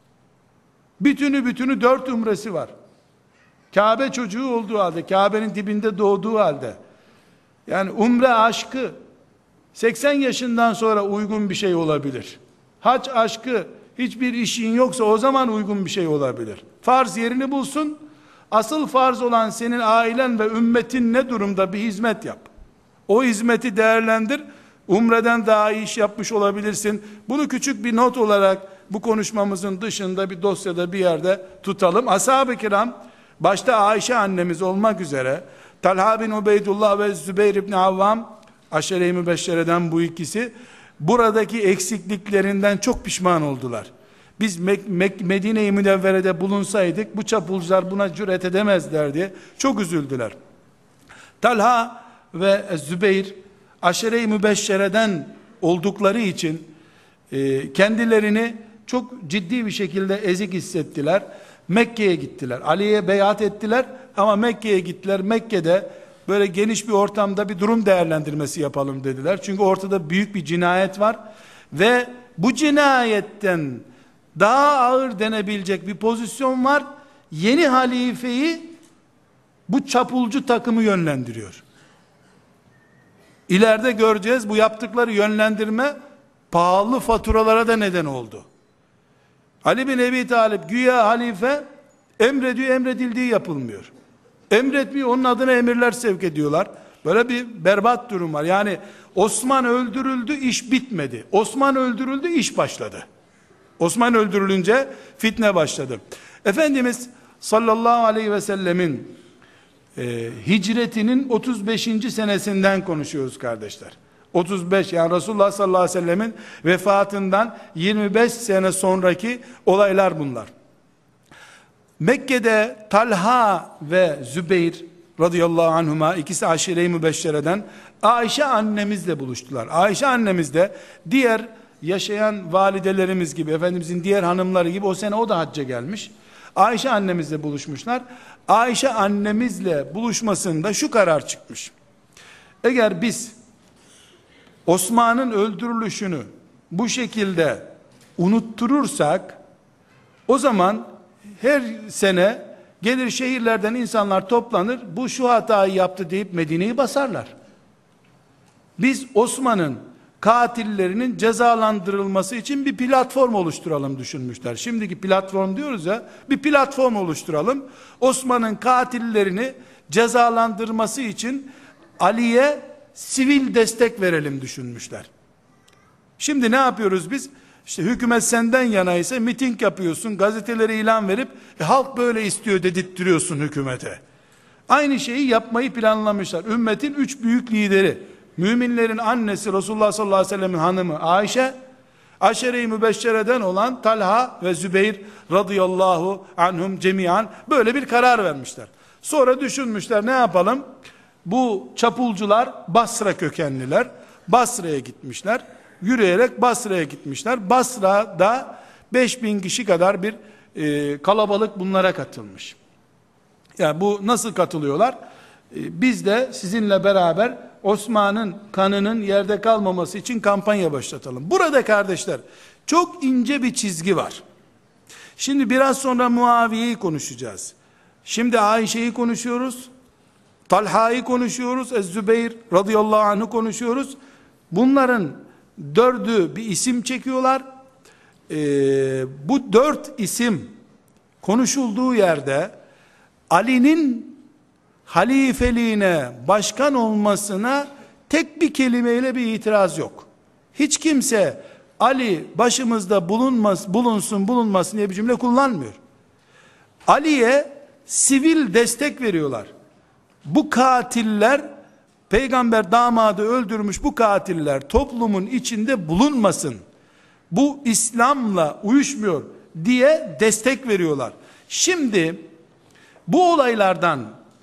Bütünü bütünü dört umresi var. Kabe çocuğu olduğu halde, Kabe'nin dibinde doğduğu halde. Yani umre aşkı seksen yaşından sonra uygun bir şey olabilir. Hac aşkı hiçbir işin yoksa o zaman uygun bir şey olabilir. Farz yerini bulsun. Asıl farz olan senin ailen ve ümmetin ne durumda, bir hizmet yap. O hizmeti değerlendir. Umreden daha iyi iş yapmış olabilirsin. Bunu küçük bir not olarak bu konuşmamızın dışında bir dosyada bir yerde tutalım. Ashab-ı kiram, başta Ayşe annemiz olmak üzere, Talha bin Ubeydullah ve Zübeyir ibn Avvam, Aşere-i Mübeşşere'den bu ikisi, buradaki eksikliklerinden çok pişman oldular. Biz Medine-i Münevvere'de bulunsaydık bu çapulcular buna cüret edemezler diye çok üzüldüler. Talha ve Zübeyir Aşere-i Mübeşşere'den oldukları için e, kendilerini çok ciddi bir şekilde ezik hissettiler. Mekke'ye gittiler. Ali'ye beyat ettiler ama Mekke'ye gittiler. Mekke'de böyle geniş bir ortamda bir durum değerlendirmesi yapalım dediler. Çünkü ortada büyük bir cinayet var ve bu cinayetten daha ağır denebilecek bir pozisyon var. Yeni halifeyi bu çapulcu takımı yönlendiriyor. İleride göreceğiz, bu yaptıkları yönlendirme pahalı faturalara da neden oldu. Ali bin Ebi Talib güya halife, emrediyor, emredildiği yapılmıyor. Emretmiyor, onun adına emirler sevk ediyorlar. Böyle bir berbat durum var. Yani Osman öldürüldü, iş bitmedi. Osman öldürüldü, iş başladı. Osman öldürülünce fitne başladı. Efendimiz sallallahu aleyhi ve sellemin e, hicretinin otuz beşinci senesinden konuşuyoruz kardeşler. otuz beş, yani Resulullah sallallahu aleyhi ve sellemin vefatından yirmi beş sene sonraki olaylar bunlar. Mekke'de Talha ve Zübeyir radıyallahu anhuma, ikisi aşire-i mübeşşereden, Ayşe annemizle buluştular. Ayşe annemiz de diğer yaşayan validelerimiz gibi, Efendimizin diğer hanımları gibi o sene o da hacca gelmiş. Ayşe annemizle buluşmuşlar. Ayşe annemizle buluşmasında şu karar çıkmış: eğer biz Osman'ın öldürülüşünü bu şekilde unutturursak, o zaman her sene gelir şehirlerden insanlar toplanır, bu şu hatayı yaptı deyip Medine'yi basarlar. Biz Osman'ın katillerinin cezalandırılması için bir platform oluşturalım düşünmüşler. Şimdiki platform diyoruz ya, bir platform oluşturalım. Osman'ın katillerini cezalandırması için Ali'ye sivil destek verelim düşünmüşler. Şimdi ne yapıyoruz biz? İşte hükümet senden yana ise miting yapıyorsun, gazetelere ilan verip e, halk böyle istiyor dedirttiriyorsun hükümete. Aynı şeyi yapmayı planlamışlar. Ümmetin üç büyük lideri, müminlerin annesi Resulullah sallallahu aleyhi ve sellem'in hanımı Ayşe, aşere-i mübeşşereden olan Talha ve Zübeyir radıyallahu anhum cemiyan böyle bir karar vermişler. Sonra düşünmüşler, ne yapalım? Bu çapulcular Basra kökenliler. Basra'ya gitmişler. Yürüyerek Basra'ya gitmişler. Basra'da beş bin kişi kadar bir e, kalabalık bunlara katılmış. Yani bu nasıl katılıyorlar? E, biz de sizinle beraber Osman'ın kanının yerde kalmaması için kampanya başlatalım. Burada kardeşler çok ince bir çizgi var. Şimdi biraz sonra Muaviye'yi konuşacağız. Şimdi Ayşe'yi konuşuyoruz. Talha'yı konuşuyoruz. Ez-Zübeyir radıyallahu anh'ı konuşuyoruz. Bunların dördü bir isim çekiyorlar. Ee, bu dört isim konuşulduğu yerde Ali'nin halifeliğine, başkan olmasına tek bir kelimeyle bir itiraz yok. Hiç kimse Ali başımızda bulunmaz, bulunsun bulunmasın diye bir cümle kullanmıyor. Ali'ye sivil destek veriyorlar. Bu katiller, peygamber damadı öldürmüş bu katiller toplumun içinde bulunmasın, bu İslam'la uyuşmuyor diye destek veriyorlar. Şimdi bu olaylardan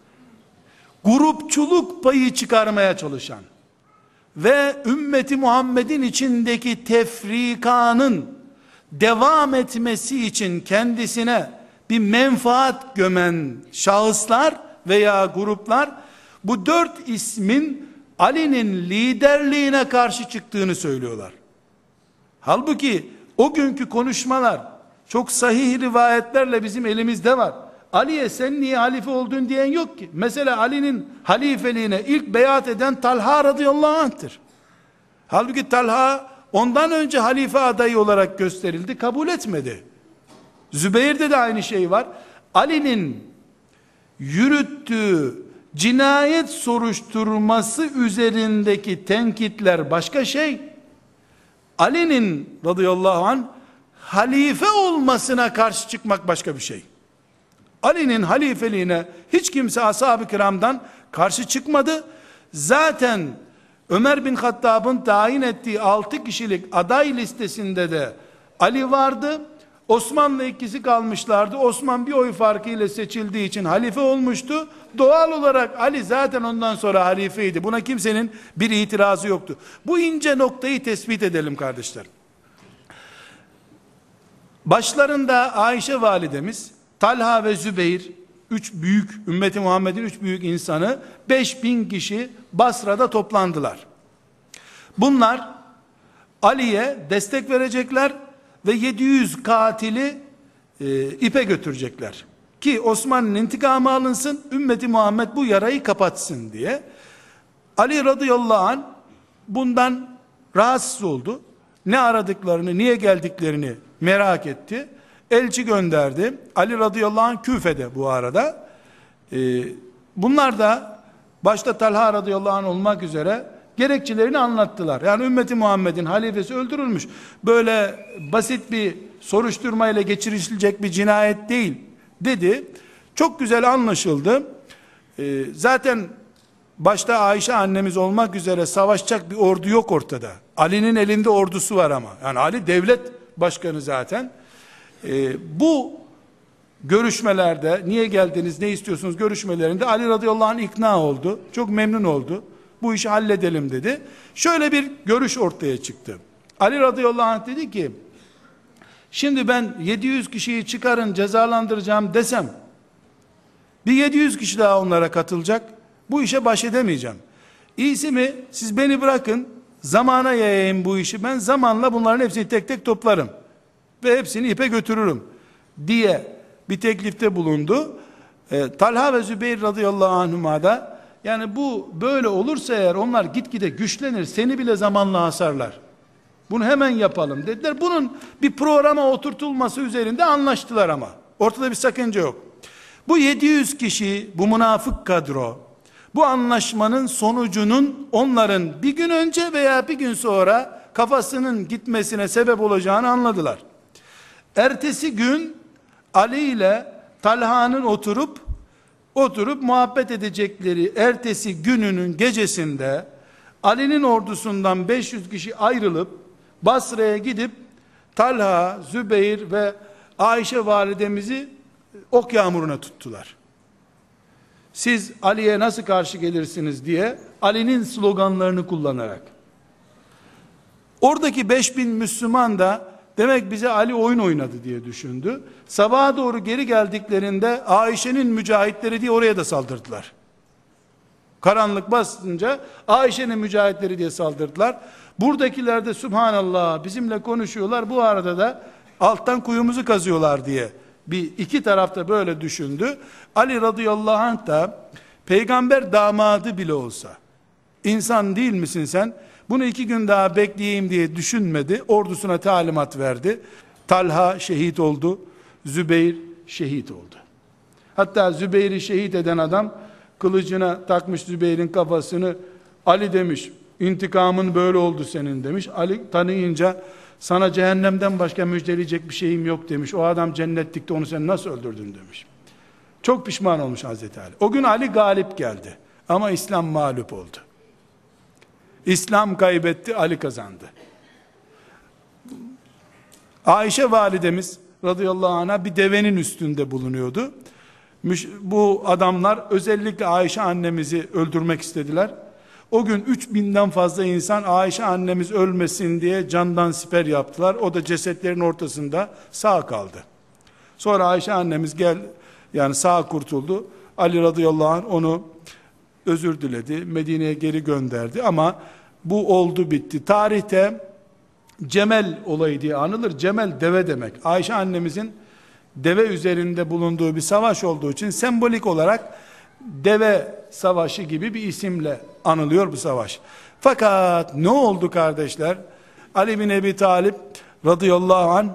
grupçuluk payı çıkarmaya çalışan ve ümmeti Muhammed'in içindeki tefrikanın devam etmesi için kendisine bir menfaat gömen şahıslar veya gruplar bu dört ismin Ali'nin liderliğine karşı çıktığını söylüyorlar. Halbuki o günkü konuşmalar çok sahih rivayetlerle bizim elimizde var. Ali'ye sen niye halife oldun diyen yok ki. Mesela Ali'nin halifeliğine ilk beyat eden Talha radıyallahu anh'tır. Halbuki Talha ondan önce halife adayı olarak gösterildi, kabul etmedi. Zübeyir'de de aynı şey var. Ali'nin yürüttüğü cinayet soruşturması üzerindeki tenkitler başka şey. Ali'nin radıyallahu anh halife olmasına karşı çıkmak başka bir şey. Ali'nin halifeliğine hiç kimse ashab-ı kiramdan karşı çıkmadı. Zaten Ömer bin Hattab'ın tayin ettiği altı kişilik aday listesinde de Ali vardı. Osman'la ikisi kalmışlardı. Osman bir oy farkıyla seçildiği için halife olmuştu. Doğal olarak Ali zaten ondan sonra halifeydi. Buna kimsenin bir itirazı yoktu. Bu ince noktayı tespit edelim kardeşler. Başlarında Ayşe validemiz, Talha ve Zübeyir, üç büyük, ümmeti Muhammed'in üç büyük insanı, beş bin kişi Basra'da toplandılar. Bunlar Ali'ye destek verecekler ve yedi yüz katili e, ipe götürecekler. Ki Osman'ın intikamı alınsın, ümmeti Muhammed bu yarayı kapatsın diye. Ali radıyallahu anh bundan rahatsız oldu. Ne aradıklarını, niye geldiklerini merak etti. Elçi gönderdi. Ali radıyallahu anh Küfe'de bu arada. Ee, bunlar da başta Talha radıyallahu anh olmak üzere gerekçelerini anlattılar. Yani ümmeti Muhammed'in halifesi öldürülmüş. Böyle basit bir soruşturmayla geçirilecek bir cinayet değil dedi. Çok güzel anlaşıldı. Ee, zaten başta Ayşe annemiz olmak üzere savaşacak bir ordu yok ortada. Ali'nin elinde ordusu var ama. Yani Ali devlet başkanı zaten. Ee, bu görüşmelerde niye geldiniz, ne istiyorsunuz görüşmelerinde Ali radıyallahu anh ikna oldu. Çok memnun oldu. Bu işi halledelim dedi. Şöyle bir görüş ortaya çıktı. Ali radıyallahu anh dedi ki, şimdi ben yedi yüz kişiyi çıkarın cezalandıracağım desem, bir yedi yüz kişi daha onlara katılacak. Bu işe baş edemeyeceğim. İyisi mi siz beni bırakın, zamana yayayım bu işi, ben zamanla bunların hepsini tek tek toplarım ve hepsini ipe götürürüm diye bir teklifte bulundu. E, Talha ve Zübeyir radıyallahu anhuma da yani bu böyle olursa eğer onlar gitgide güçlenir, seni bile zamanla hasarlar. Bunu hemen yapalım dediler. Bunun bir programa oturtulması üzerinde anlaştılar ama. Ortada bir sakınca yok. Bu yedi yüz kişi, bu münafık kadro, bu anlaşmanın sonucunun onların bir gün önce veya bir gün sonra kafasının gitmesine sebep olacağını anladılar. Ertesi gün Ali ile Talha'nın oturup oturup muhabbet edecekleri ertesi gününün gecesinde Ali'nin ordusundan beş yüz kişi ayrılıp Basra'ya gidip Talha, Zübeyir ve Ayşe validemizi ok yağmuruna tuttular. Siz Ali'ye nasıl karşı gelirsiniz diye Ali'nin sloganlarını kullanarak. Oradaki beş bin Müslüman da demek bize Ali oyun oynadı diye düşündü. Sabaha doğru geri geldiklerinde Ayşe'nin mücahitleri diye oraya da saldırdılar. Karanlık basınca Ayşe'nin mücahitleri diye saldırdılar. Buradakiler de Subhanallah bizimle konuşuyorlar, bu arada da alttan kuyumuzu kazıyorlar diye bir iki tarafta böyle düşündü. Ali radıyallahu anh da peygamber damadı bile olsa, insan değil misin sen, bunu iki gün daha bekleyeyim diye düşünmedi. Ordusuna talimat verdi. Talha şehit oldu. Zübeyir şehit oldu. Hatta Zübeyir'i şehit eden adam kılıcına takmış Zübeyir'in kafasını, Ali demiş, intikamın böyle oldu senin demiş. Ali tanıyınca sana cehennemden başka müjdeleyecek bir şeyim yok demiş. O adam cennetlikte, onu sen nasıl öldürdün demiş. Çok pişman olmuş Hazreti Ali. O gün Ali galip geldi. Ama İslam mağlup oldu. İslam kaybetti, Ali kazandı. Ayşe validemiz radıyallahu anh'a bir devenin üstünde bulunuyordu. Bu adamlar özellikle Ayşe annemizi öldürmek istediler. O gün üç binden fazla insan Ayşe annemiz ölmesin diye candan siper yaptılar. O da cesetlerin ortasında sağ kaldı. Sonra Ayşe annemiz gel yani sağ kurtuldu. Ali radıyallahu anh onu özür diledi. Medine'ye geri gönderdi ama bu oldu bitti. Tarihte Cemel olayı diye anılır. Cemel deve demek. Ayşe annemizin deve üzerinde bulunduğu bir savaş olduğu için sembolik olarak deve savaşı gibi bir isimle anılıyor bu savaş. Fakat ne oldu kardeşler? Ali bin Ebi Talib radıyallahu anh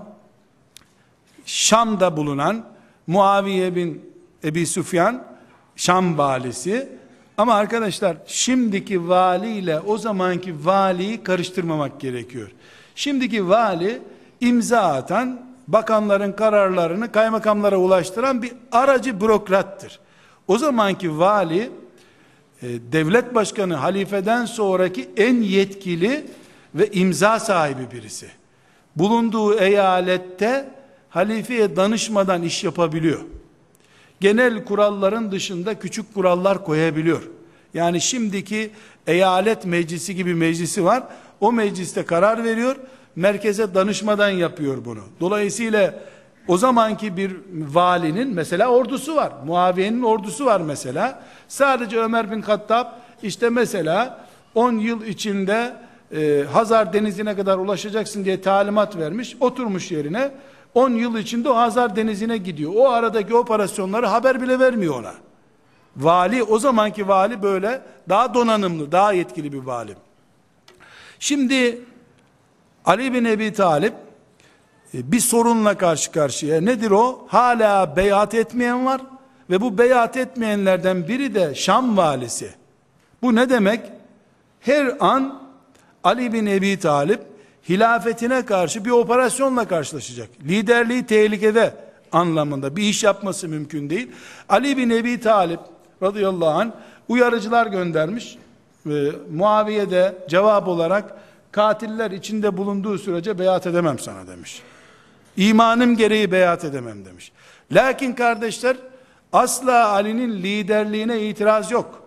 Şam'da bulunan Muaviye bin Ebi Süfyan Şam valisi, ama arkadaşlar şimdiki vali ile o zamanki valiyi karıştırmamak gerekiyor. Şimdiki vali imza atan, bakanların kararlarını kaymakamlara ulaştıran bir aracı bürokrattır. O zamanki vali devlet başkanı, halifeden sonraki en yetkili ve imza sahibi birisi. Bulunduğu eyalette halifeye danışmadan iş yapabiliyor. Genel kuralların dışında küçük kurallar koyabiliyor. Yani şimdiki eyalet meclisi gibi meclisi var. O mecliste karar veriyor. Merkeze danışmadan yapıyor bunu. Dolayısıyla o zamanki bir valinin mesela ordusu var. Muaviye'nin ordusu var mesela. Sadece Ömer bin Hattab işte mesela on yıl içinde e, Hazar Denizi'ne kadar ulaşacaksın diye talimat vermiş. Oturmuş yerine on yıl içinde o Hazar Denizi'ne gidiyor. O aradaki operasyonları haber bile vermiyor ona. Vali, o zamanki vali böyle daha donanımlı, daha yetkili bir vali. Şimdi Ali bin Ebi Talib bir sorunla karşı karşıya. Nedir o? Hala beyat etmeyen var ve bu beyat etmeyenlerden biri de Şam valisi. Bu ne demek? Her an Ali bin Ebi Talib hilafetine karşı bir operasyonla karşılaşacak. Liderliği tehlikede anlamında bir iş yapması mümkün değil. Ali bin Ebi Talib radıyallahu anh uyarıcılar göndermiş. Ve Muaviye de cevap olarak katiller içinde bulunduğu sürece beyat edemem sana demiş. İmanım gereği beyat edemem demiş. Lakin kardeşler asla Ali'nin liderliğine itiraz yok.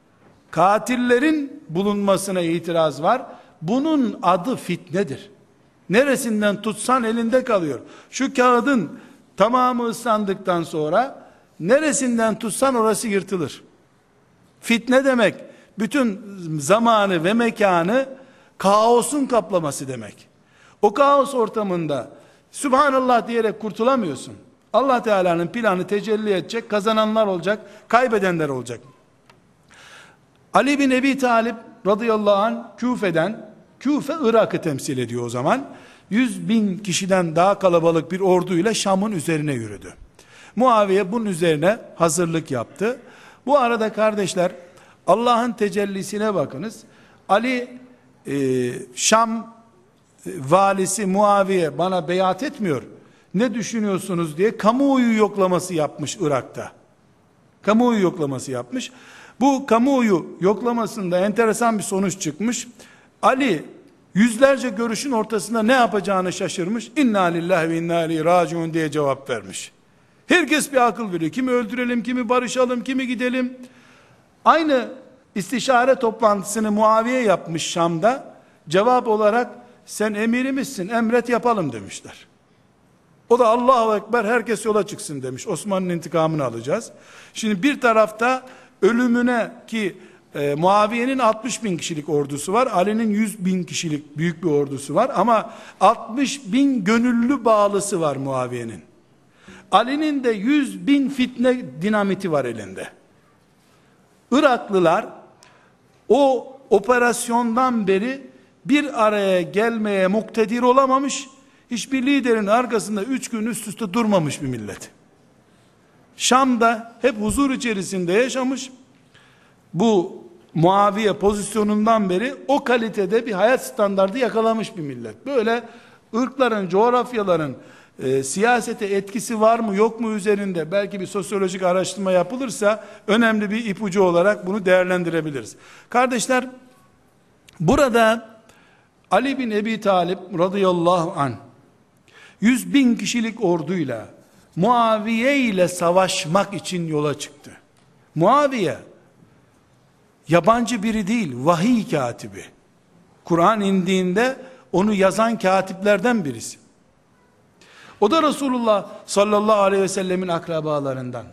Katillerin bulunmasına itiraz var. Bunun adı fitnedir. Neresinden tutsan elinde kalıyor. Şu kağıdın tamamı ıslandıktan sonra neresinden tutsan orası yırtılır. Fitne demek bütün zamanı ve mekanı kaosun kaplaması demek. O kaos ortamında Subhanallah diyerek kurtulamıyorsun. Allah Teala'nın planı tecelli edecek, kazananlar olacak, kaybedenler olacak. Ali bin Ebi Talib radıyallahu anh Küfe'den, Küfe Irak'ı temsil ediyor o zaman, yüz bin kişiden daha kalabalık bir orduyla Şam'ın üzerine yürüdü. Muaviye bunun üzerine hazırlık yaptı. Bu arada kardeşler, Allah'ın tecellisine bakınız. Ali e, Şam e, valisi Muaviye bana beyat etmiyor, ne düşünüyorsunuz diye kamuoyu yoklaması yapmış Irak'ta. Kamuoyu yoklaması yapmış. Bu kamuoyu yoklamasında enteresan bir sonuç çıkmış. Ali yüzlerce görüşün ortasında ne yapacağını şaşırmış. İnna lillahi ve inna ileyhi raciun diye cevap vermiş. Herkes bir akıl veriyor. Kimi öldürelim, kimi barışalım, kimi gidelim. Aynı istişare toplantısını Muaviye yapmış Şam'da. Cevap olarak sen emirimizsin, emret yapalım demişler. O da Allahu Ekber, herkes yola çıksın demiş. Osman'ın intikamını alacağız. Şimdi bir tarafta ölümüne ki e, Muaviye'nin altmış bin kişilik ordusu var. Ali'nin yüz bin kişilik büyük bir ordusu var. Ama altmış bin gönüllü bağlısı var Muaviye'nin. Ali'nin de yüz bin fitne dinamiti var elinde. Iraklılar o operasyondan beri bir araya gelmeye muktedir olamamış, hiçbir liderin arkasında üç gün üst üste durmamış bir millet. Şam'da hep huzur içerisinde yaşamış, bu Muaviye pozisyonundan beri o kalitede bir hayat standardı yakalamış bir millet. Böyle ırkların, coğrafyaların e, siyasete etkisi var mı yok mu üzerinde belki bir sosyolojik araştırma yapılırsa önemli bir ipucu olarak bunu değerlendirebiliriz. Kardeşler, burada Ali bin Ebi Talib radıyallahu anh yüz bin kişilik orduyla Muaviye ile savaşmak için yola çıktı. Muaviye yabancı biri değil, vahiy katibi. Kur'an indiğinde onu yazan katiplerden birisi. O da Resulullah sallallahu aleyhi ve sellemin akrabalarından.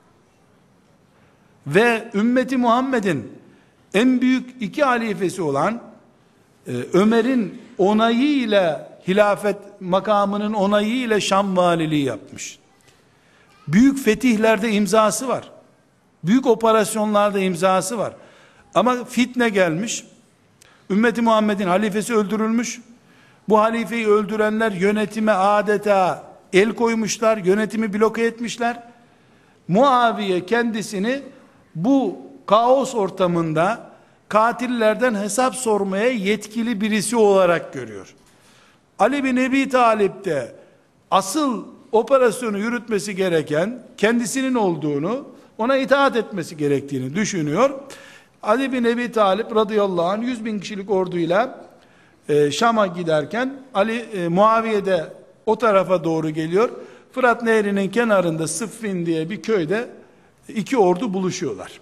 Ve ümmeti Muhammed'in en büyük iki halifesi olan e, Ömer'in onayıyla, hilafet makamının onayıyla Şam valiliği yapmış. Büyük fetihlerde imzası var. Büyük operasyonlarda imzası var. Ama fitne gelmiş. Ümmeti Muhammed'in halifesi öldürülmüş. Bu halifeyi öldürenler yönetime adeta el koymuşlar. Yönetimi bloke etmişler. Muaviye kendisini bu kaos ortamında katillerden hesap sormaya yetkili birisi olarak görüyor. Ali bin Ebi Talib de asıl operasyonu yürütmesi gereken kendisinin olduğunu, ona itaat etmesi gerektiğini düşünüyor. Ali bin Ebi Talib radıyallahu anh yüz bin kişilik orduyla e, Şam'a giderken Ali e, Muaviye de o tarafa doğru geliyor. Fırat Nehri'nin kenarında Sıffin diye bir köyde iki ordu buluşuyorlar.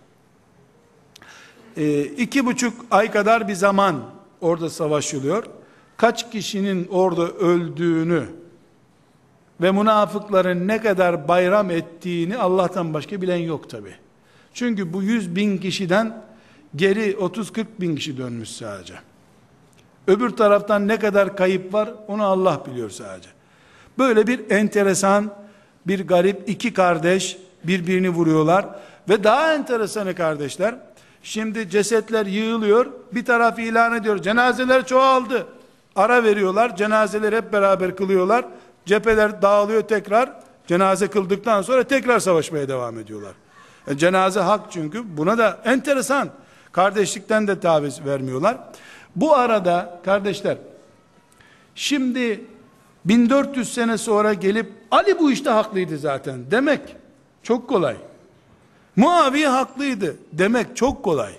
E, iki buçuk ay kadar bir zaman orada savaşılıyor. Kaç kişinin orada öldüğünü ve münafıkların ne kadar bayram ettiğini Allah'tan başka bilen yok tabi. Çünkü bu yüz bin kişiden geri otuz kırk bin kişi dönmüş sadece. Öbür taraftan ne kadar kayıp var onu Allah biliyor sadece. Böyle bir enteresan, bir garip iki kardeş birbirini vuruyorlar ve daha enteresanı kardeşler, şimdi cesetler yığılıyor, bir taraf ilan ediyor, cenazeler çoğaldı, ara veriyorlar, cenazeleri hep beraber kılıyorlar, cepheler dağılıyor, tekrar cenaze kıldıktan sonra tekrar savaşmaya devam ediyorlar. E, cenaze hak, çünkü buna da enteresan, kardeşlikten de taviz vermiyorlar. Bu arada kardeşler, şimdi bin dört yüz sene sonra gelip Ali bu işte haklıydı zaten demek çok kolay. Muaviye haklıydı demek çok kolay.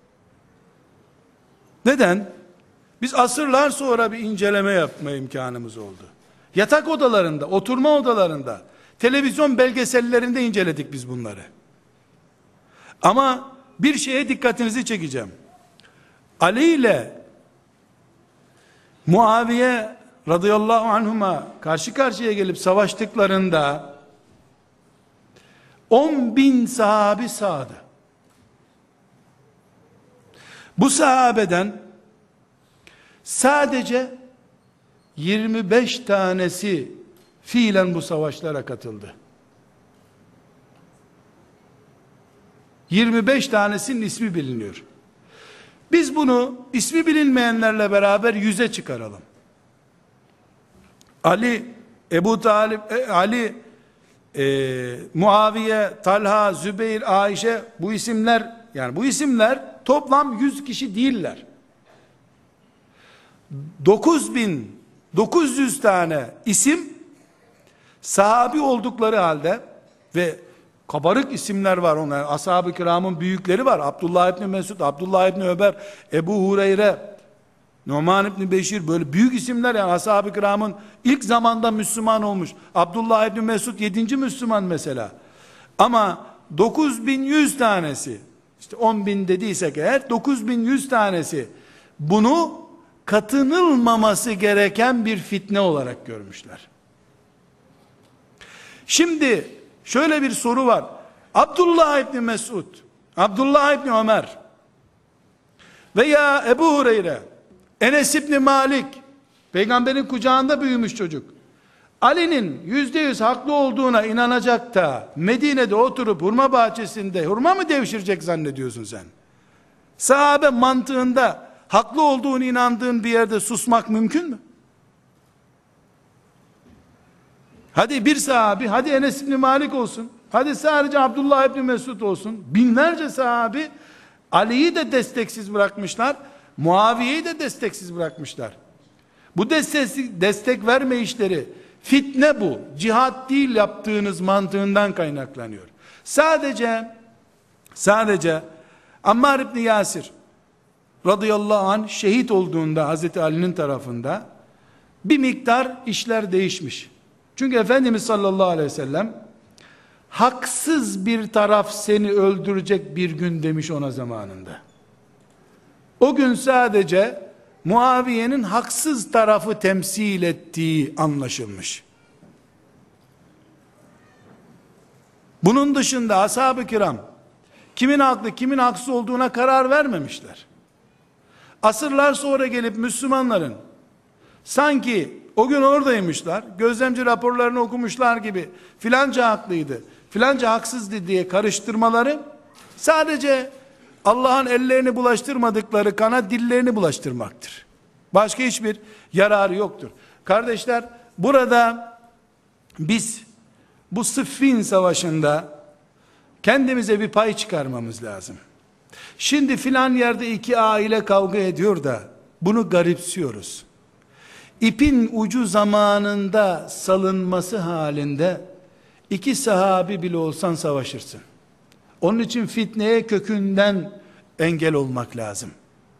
Neden? Biz asırlar sonra bir inceleme yapma imkanımız oldu. Yatak odalarında, oturma odalarında, televizyon belgesellerinde inceledik biz bunları. Ama bir şeye dikkatinizi çekeceğim. Ali ile Muaviye radıyallahu anhuma karşı karşıya gelip savaştıklarında on bin sahabi sağdı. Bu sahabeden sadece yirmi beş tanesi fiilen bu savaşlara katıldı. yirmi beş tanesinin ismi biliniyor. Biz bunu ismi bilinmeyenlerle beraber yüze çıkaralım. Ali, Ebu Talib, e, Ali, e, Muaviye, Talha, Zübeyir, Ayşe, bu isimler, yani bu isimler toplam yüz kişi değiller. dokuz bin dokuz yüz tane isim sahabi oldukları halde ve kabarık isimler var onlar. Ashab-ı kiramın büyükleri var. Abdullah İbni Mesud, Abdullah İbni Ömer, Ebu Hureyre, Numan İbni Beşir, böyle büyük isimler, yani ashab-ı kiramın ilk zamanda Müslüman olmuş. Abdullah İbni Mesud yedinci Müslüman mesela. Ama dokuz bin yüz tanesi, işte on bin dediysek eğer, dokuz bin yüz tanesi bunu katınılmaması gereken bir fitne olarak görmüşler. Şimdi şöyle bir soru var. Abdullah İbni Mesud, Abdullah İbni Ömer veya Ebu Hureyre, Enes İbni Malik, peygamberin kucağında büyümüş çocuk, Ali'nin yüzde yüz haklı olduğuna inanacak da Medine'de oturup hurma bahçesinde hurma mı devşirecek zannediyorsun sen? Sahabe mantığında haklı olduğunu inandığın bir yerde susmak mümkün mü? Hadi bir sahabi, hadi Enes İbni Malik olsun, hadi sadece Abdullah İbni Mesud olsun, binlerce sahabi Ali'yi de desteksiz bırakmışlar, Muaviye'yi de desteksiz bırakmışlar. Bu destek, destek verme işleri, fitne bu, cihat değil yaptığınız mantığından kaynaklanıyor. Sadece, sadece Ammar İbni Yasir radıyallahu anh şehit olduğunda Hazreti Ali'nin tarafında bir miktar işler değişmiş. Çünkü Efendimiz sallallahu aleyhi ve sellem haksız bir taraf seni öldürecek bir gün demiş ona zamanında. O gün sadece Muaviye'nin haksız tarafı temsil ettiği anlaşılmış. Bunun dışında ashab-ı kiram kimin haklı kimin haksız olduğuna karar vermemişler. Asırlar sonra gelip Müslümanların sanki o gün oradaymışlar, gözlemci raporlarını okumuşlar gibi filanca haklıydı, filanca haksızdı diye karıştırmaları sadece Allah'ın ellerini bulaştırmadıkları kana dillerini bulaştırmaktır. Başka hiçbir yararı yoktur. Kardeşler, burada biz bu Sıffin Savaşı'nda kendimize bir pay çıkarmamız lazım. Şimdi filan yerde iki aile kavga ediyor da bunu garipsiyoruz. İpin ucu zamanında salınması halinde iki sahabi bile olsan savaşırsın. Onun için fitneye kökünden engel olmak lazım.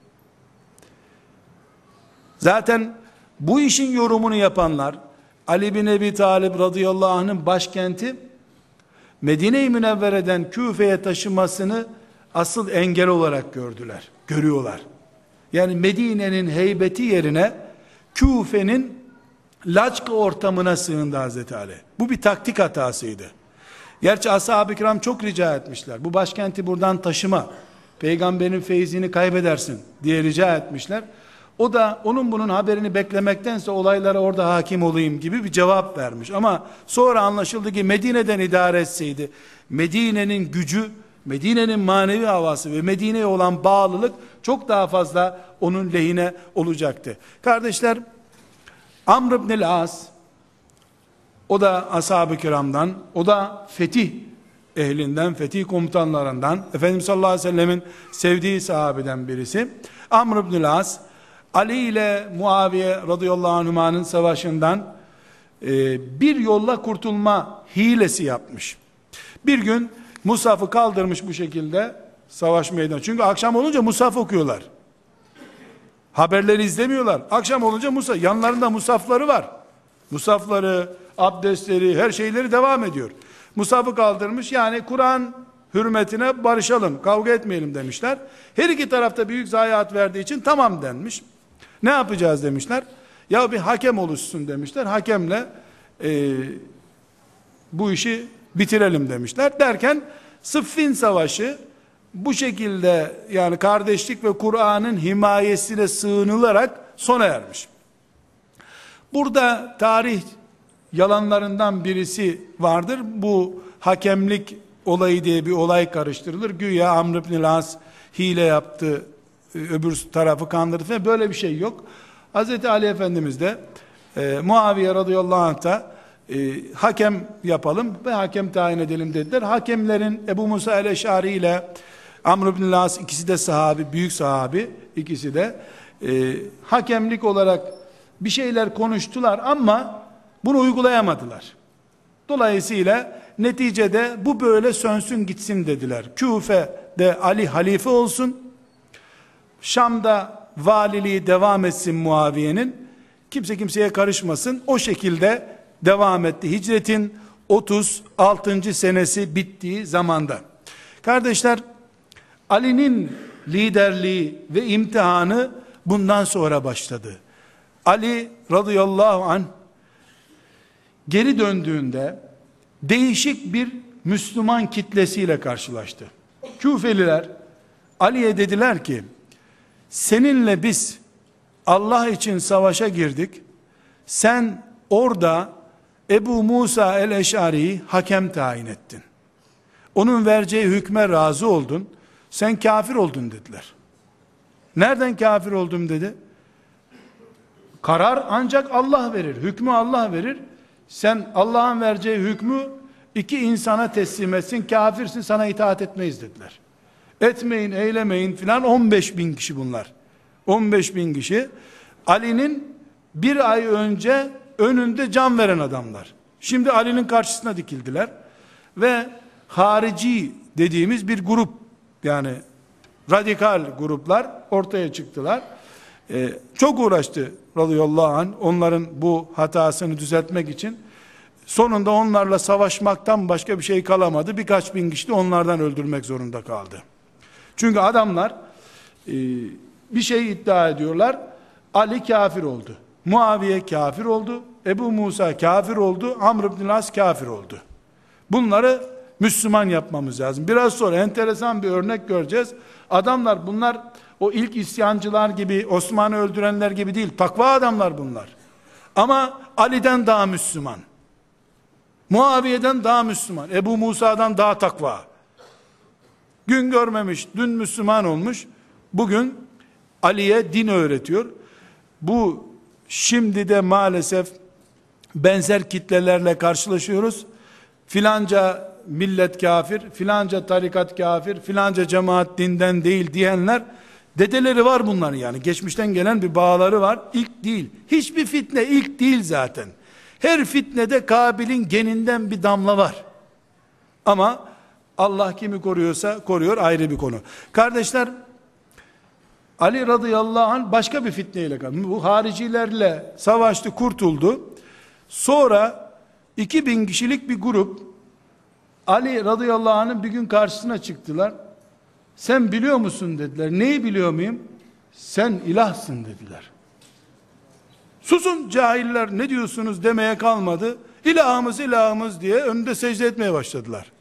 Zaten bu işin yorumunu yapanlar, Ali bin Ebi Talib radıyallahu anh'ın başkenti Medine-i Münevvere'den Küfe'ye taşımasını asıl engel olarak gördüler, görüyorlar. Yani Medine'nin heybeti yerine Küfe'nin laçka ortamına sığındı Hazreti Ali. Bu bir taktik hatasıydı. Gerçi ashab-ı kiram çok rica etmişler. Bu başkenti buradan taşıma, peygamberin feyzini kaybedersin diye rica etmişler. O da onun bunun haberini beklemektense olaylara orada hakim olayım gibi bir cevap vermiş. Ama sonra anlaşıldı ki Medine'den idare etseydi, Medine'nin gücü, Medine'nin manevi havası ve Medine'ye olan bağlılık çok daha fazla onun lehine olacaktı. Kardeşler, Amr ibn As, o da ashab-ı kiramdan, o da fetih ehlinden, fetih komutanlarından, Efendimiz sallallahu aleyhi ve sellemin sevdiği sahabeden birisi. Amr ibn As, Ali ile Muaviye radıyallahu anhümanın savaşından e, bir yolla kurtulma hilesi yapmış. Bir gün Musaf'ı kaldırmış bu şekilde savaş meydanı. Çünkü akşam olunca Musaf okuyorlar. Haberleri izlemiyorlar. Akşam olunca Musaf, yanlarında musafları var. Musafları, abdestleri, her şeyleri devam ediyor. Musaf'ı kaldırmış, yani Kur'an hürmetine barışalım, kavga etmeyelim demişler. Her iki tarafta büyük zayiat verdiği için tamam denmiş. Ne yapacağız demişler. Ya bir hakem oluşsun demişler. Hakemle e, bu işi bitirelim demişler. Derken Sıffin Savaşı bu şekilde, yani kardeşlik ve Kur'an'ın himayesine sığınılarak sona ermiş. Burada tarih yalanlarından birisi vardır. Bu hakemlik olayı diye bir olay karıştırılır. Güya Amr ibn As hile yaptı öbür tarafı kandırdı ve böyle bir şey yok. Hazreti Ali Efendimiz de e, Muaviye radıyallahu anh'a e, hakem yapalım ve hakem tayin edelim dediler. Hakemlerin Ebu Musa el-Eş'ari ile Amr ibn As, ikisi de sahabi, büyük sahabi, ikisi de e, hakemlik olarak bir şeyler konuştular ama bunu uygulayamadılar. Dolayısıyla neticede bu böyle sönsün gitsin dediler. Küfe'de Ali halife olsun, Şam'da valiliği devam etsin Muaviye'nin, kimse kimseye karışmasın, o şekilde devam etti. Hicretin otuz altıncı senesi bittiği zamanda. Kardeşler, Ali'nin liderliği ve imtihanı bundan sonra başladı. Ali radıyallahu anh geri döndüğünde değişik bir Müslüman kitlesiyle karşılaştı. Küfeliler Ali'ye dediler ki, seninle biz Allah için savaşa girdik, sen orada Ebu Musa el-Eş'ari'yi hakem tayin ettin, onun vereceği hükme razı oldun, sen kafir oldun dediler. Nereden kafir oldum dedi. Karar ancak Allah verir, hükmü Allah verir. Sen Allah'ın vereceği hükmü iki insana teslim etsin, kafirsin, sana itaat etmeyiz dediler. Etmeyin, eylemeyin filan. On beş bin kişi bunlar. on beş bin kişi Ali'nin bir ay önce önünde can veren adamlar. Şimdi Ali'nin karşısına dikildiler ve harici dediğimiz bir grup, yani radikal gruplar ortaya çıktılar. Ee, çok uğraştı radıyallahu anh onların bu hatasını düzeltmek için. Sonunda onlarla savaşmaktan başka bir şey kalamadı. Birkaç bin kişi de onlardan öldürmek zorunda kaldı. Çünkü adamlar e, bir şey iddia ediyorlar. Ali kafir oldu, Muaviye kafir oldu, Ebu Musa kafir oldu, Amr ibn As kafir oldu. Bunları Müslüman yapmamız lazım. Biraz sonra enteresan bir örnek göreceğiz. Adamlar bunlar o ilk isyancılar gibi, Osman'ı öldürenler gibi değil. Takva adamlar bunlar. Ama Ali'den daha Müslüman, Muaviye'den daha Müslüman, Ebu Musa'dan daha takva. Gün görmemiş, dün Müslüman olmuş, bugün Ali'ye din öğretiyor. Bu şimdi de maalesef benzer kitlelerle karşılaşıyoruz. Filanca millet kafir, filanca tarikat kafir, filanca cemaat dinden değil diyenler, dedeleri var bunların, yani geçmişten gelen bir bağları var. İlk değil, hiçbir fitne ilk değil zaten. Her fitnede Kabil'in geninden bir damla var. Ama Allah kimi koruyorsa koruyor, ayrı bir konu. Kardeşler, Ali radıyallahu anh başka bir fitneyle kaldı. Bu haricilerle savaştı, kurtuldu. Sonra iki bin kişilik bir grup Ali radıyallahu anh'ın bir gün karşısına çıktılar. Sen biliyor musun dediler. Neyi biliyor muyum? Sen ilahsın dediler. Susun cahiller, ne diyorsunuz demeye kalmadı. İlahımız ilahımız diye önünde secde etmeye başladılar.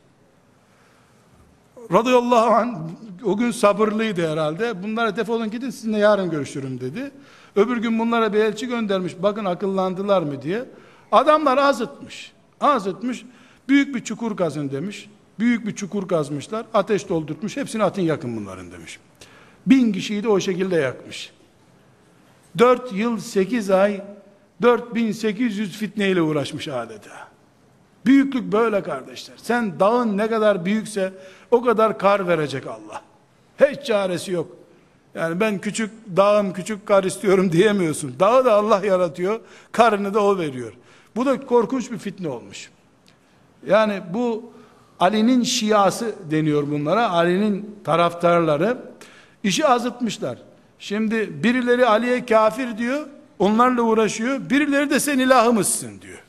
Radıyallahu anh o gün sabırlıydı herhalde. Bunlara defolun gidin, sizinle yarın görüşürüm dedi. Öbür gün bunlara bir elçi göndermiş, bakın akıllandılar mı diye. Adamlar azıtmış. Azıtmış. Büyük bir çukur kazın demiş. Büyük bir çukur kazmışlar. Ateş doldurtmuş. Hepsini atın yakın bunların demiş. Bin kişiyi de o şekilde yakmış. Dört yıl sekiz ay dört bin sekiz yüz fitneyle uğraşmış adeta. Büyüklük böyle kardeşler. Sen dağın ne kadar büyükse o kadar kar verecek Allah. Hiç çaresi yok. Yani ben küçük dağım, küçük kar istiyorum diyemiyorsun. Dağı da Allah yaratıyor, karını da o veriyor. Bu da korkunç bir fitne olmuş. Yani bu Ali'nin şiası deniyor bunlara. Ali'nin taraftarları işi azıtmışlar. Şimdi birileri Ali'ye kafir diyor, onlarla uğraşıyor. Birileri de sen ilahımızsın diyor.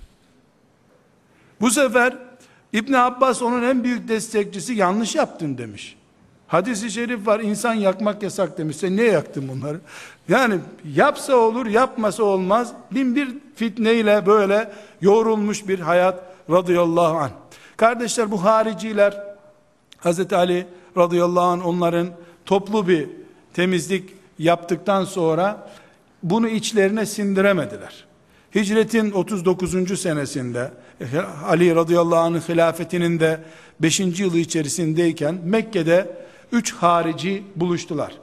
Bu sefer İbn Abbas onun en büyük destekçisi, yanlış yaptın demiş. Hadis-i şerif var, insan yakmak yasak demiş. Sen niye yaktın bunları? Yani yapsa olur, yapmasa olmaz. Bin bir fitneyle böyle yoğrulmuş bir hayat radıyallahu anh. Kardeşler, bu hariciler Hazreti Ali radıyallahu anh onların toplu bir temizlik yaptıktan sonra bunu içlerine sindiremediler. Hicretin otuz dokuzuncu senesinde Ali radıyallahu anh'ın hilafetinin de beşinci yılı içerisindeyken Mekke'de üç harici buluştular.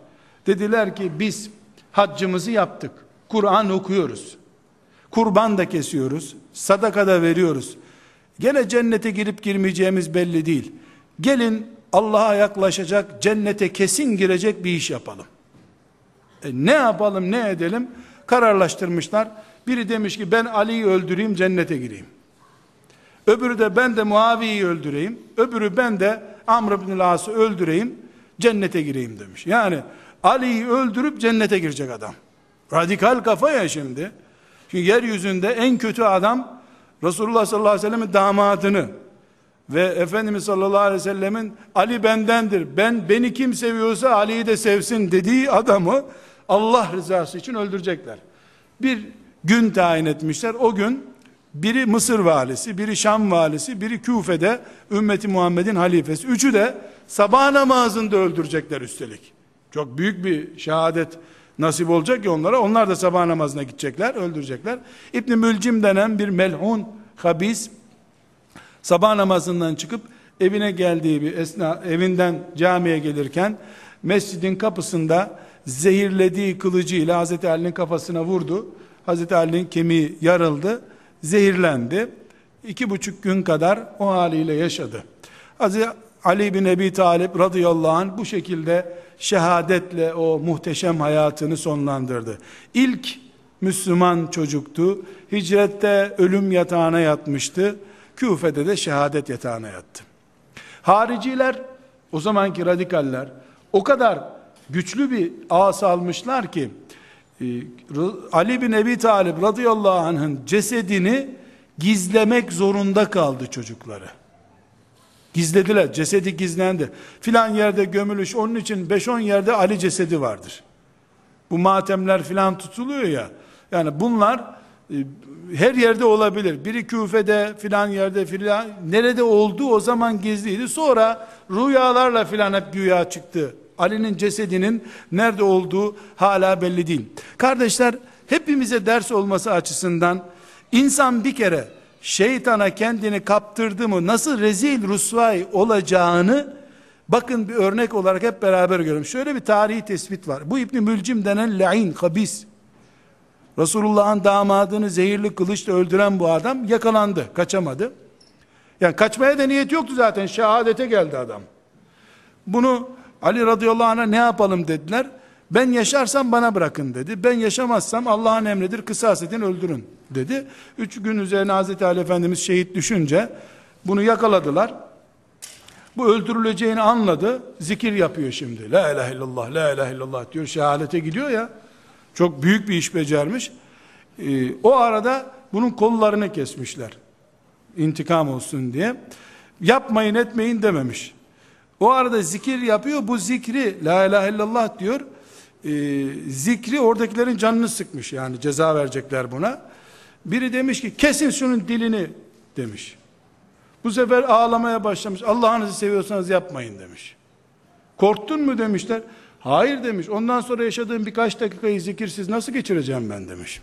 Dediler ki biz haccımızı yaptık. Kur'an okuyoruz. Kurban da kesiyoruz. Sadaka da veriyoruz. Gene cennete girip girmeyeceğimiz belli değil. Gelin Allah'a yaklaşacak, cennete kesin girecek bir iş yapalım. E ne yapalım, ne edelim? Kararlaştırmışlar. Biri demiş ki ben Ali'yi öldüreyim, cennete gireyim. Öbürü de ben de Muaviye'yi öldüreyim. Öbürü ben de Amr ibn As'ı öldüreyim, cennete gireyim demiş. Yani Ali'yi öldürüp cennete girecek adam. Radikal kafa ya şimdi. Çünkü yeryüzünde en kötü adam Resulullah sallallahu aleyhi ve sellem'in damadını ve Efendimiz sallallahu aleyhi ve sellemin Ali bendendir, ben beni kim seviyorsa Ali'yi de sevsin dediği adamı Allah rızası için öldürecekler. Bir gün tayin etmişler. O gün biri Mısır valisi, biri Şam valisi, biri Küfe'de ümmeti Muhammed'in halifesi. Üçü de sabah namazında öldürecekler üstelik. Çok büyük bir şehadet nasip olacak ki onlara. Onlar da sabah namazına gidecekler, öldürecekler. İbn-i Mülcim denen bir mel'un, habis, sabah namazından çıkıp evine geldiği bir esna, evinden camiye gelirken mescidin kapısında zehirlediği kılıcıyla Hazreti Ali'nin kafasına vurdu. Hazreti Ali'nin kemiği yarıldı, zehirlendi. İki buçuk gün kadar o haliyle yaşadı. Hazreti Ali bin Ebi Talib radıyallahu anh bu şekilde şehadetle o muhteşem hayatını sonlandırdı. İlk Müslüman çocuktu. Hicrette ölüm yatağına yatmıştı. Küfe'de de şehadet yatağına yattı. Hariciler, o zamanki radikaller o kadar güçlü bir ağ almışlar ki Ali bin Ebi Talib radıyallahu anh'ın cesedini gizlemek zorunda kaldı çocukları. Gizlediler, cesedi gizlendi. Filan yerde gömülüş, onun için beş on yerde Ali cesedi vardır. Bu matemler filan tutuluyor ya, yani bunlar e, her yerde olabilir. Biri Küfe'de filan yerde filan, nerede olduğu o zaman gizliydi. Sonra rüyalarla filan hep güya çıktı. Ali'nin cesedinin nerede olduğu hala belli değil. Kardeşler, hepimize ders olması açısından insan bir kere şeytana kendini kaptırdı mı nasıl rezil rusvay olacağını bakın bir örnek olarak hep beraber görelim. Şöyle bir tarihi tespit var. Bu İbn-i Mülcim denen la'in, habis, Resulullah'ın damadını zehirli kılıçla öldüren bu adam yakalandı, kaçamadı. Yani kaçmaya da niyet yoktu zaten, şehadete geldi adam. Bunu Ali radıyallahu anh'a ne yapalım dediler. Ben yaşarsam bana bırakın dedi. Ben yaşamazsam Allah'ın emridir, kısas edin, öldürün dedi. Üç gün üzerine Hazreti Ali Efendimiz şehit düşünce bunu yakaladılar. Bu öldürüleceğini anladı. Zikir yapıyor şimdi. La ilahe illallah, la ilahe illallah diyor. Şehadete gidiyor ya. Çok büyük bir iş becermiş. Ee, o arada bunun kollarını kesmişler. İntikam olsun diye. Yapmayın etmeyin dememiş. O arada zikir yapıyor. Bu zikri la ilahe illallah diyor. Ee, zikri oradakilerin canını sıkmış. Yani ceza verecekler buna. Biri demiş ki kesin şunun dilini demiş. Bu sefer ağlamaya başlamış. Allah'ınızı seviyorsanız yapmayın demiş. Korktun mu demişler. Hayır demiş. Ondan sonra yaşadığım birkaç dakikayı zikirsiz nasıl geçireceğim ben demiş.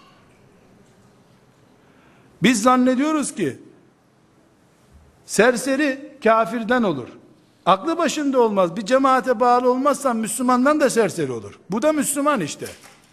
Biz zannediyoruz ki serseri kafirden olur. Aklı başında olmaz. Bir cemaate bağlı olmazsan Müslümandan da serseri olur. Bu da Müslüman işte.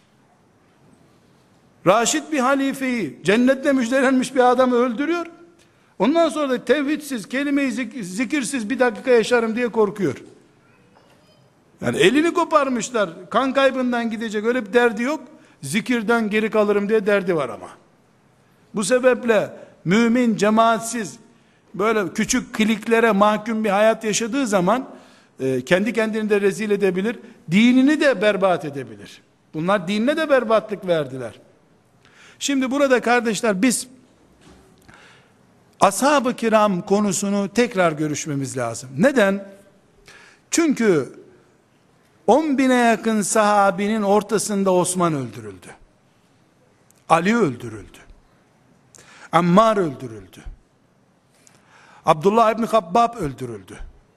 Raşid bir halifeyi, cennette müjdelenmiş bir adamı öldürüyor. Ondan sonra da tevhidsiz, kelime-i zik- zikirsiz bir dakika yaşarım diye korkuyor. Yani elini koparmışlar. Kan kaybından gidecek, öyle bir derdi yok. Zikirden geri kalırım diye derdi var ama. Bu sebeple mümin cemaatsiz, böyle küçük kliklere mahkum bir hayat yaşadığı zaman e, kendi kendini de rezil edebilir, dinini de berbat edebilir. Bunlar dinine de berbatlık verdiler. Şimdi burada kardeşler biz ashab-ı kiram konusunu tekrar görüşmemiz lazım. Neden? Çünkü on bine yakın sahabinin ortasında Osman öldürüldü. Ali öldürüldü. Ammar öldürüldü. Abdullah İbni Habbab öldürüldü.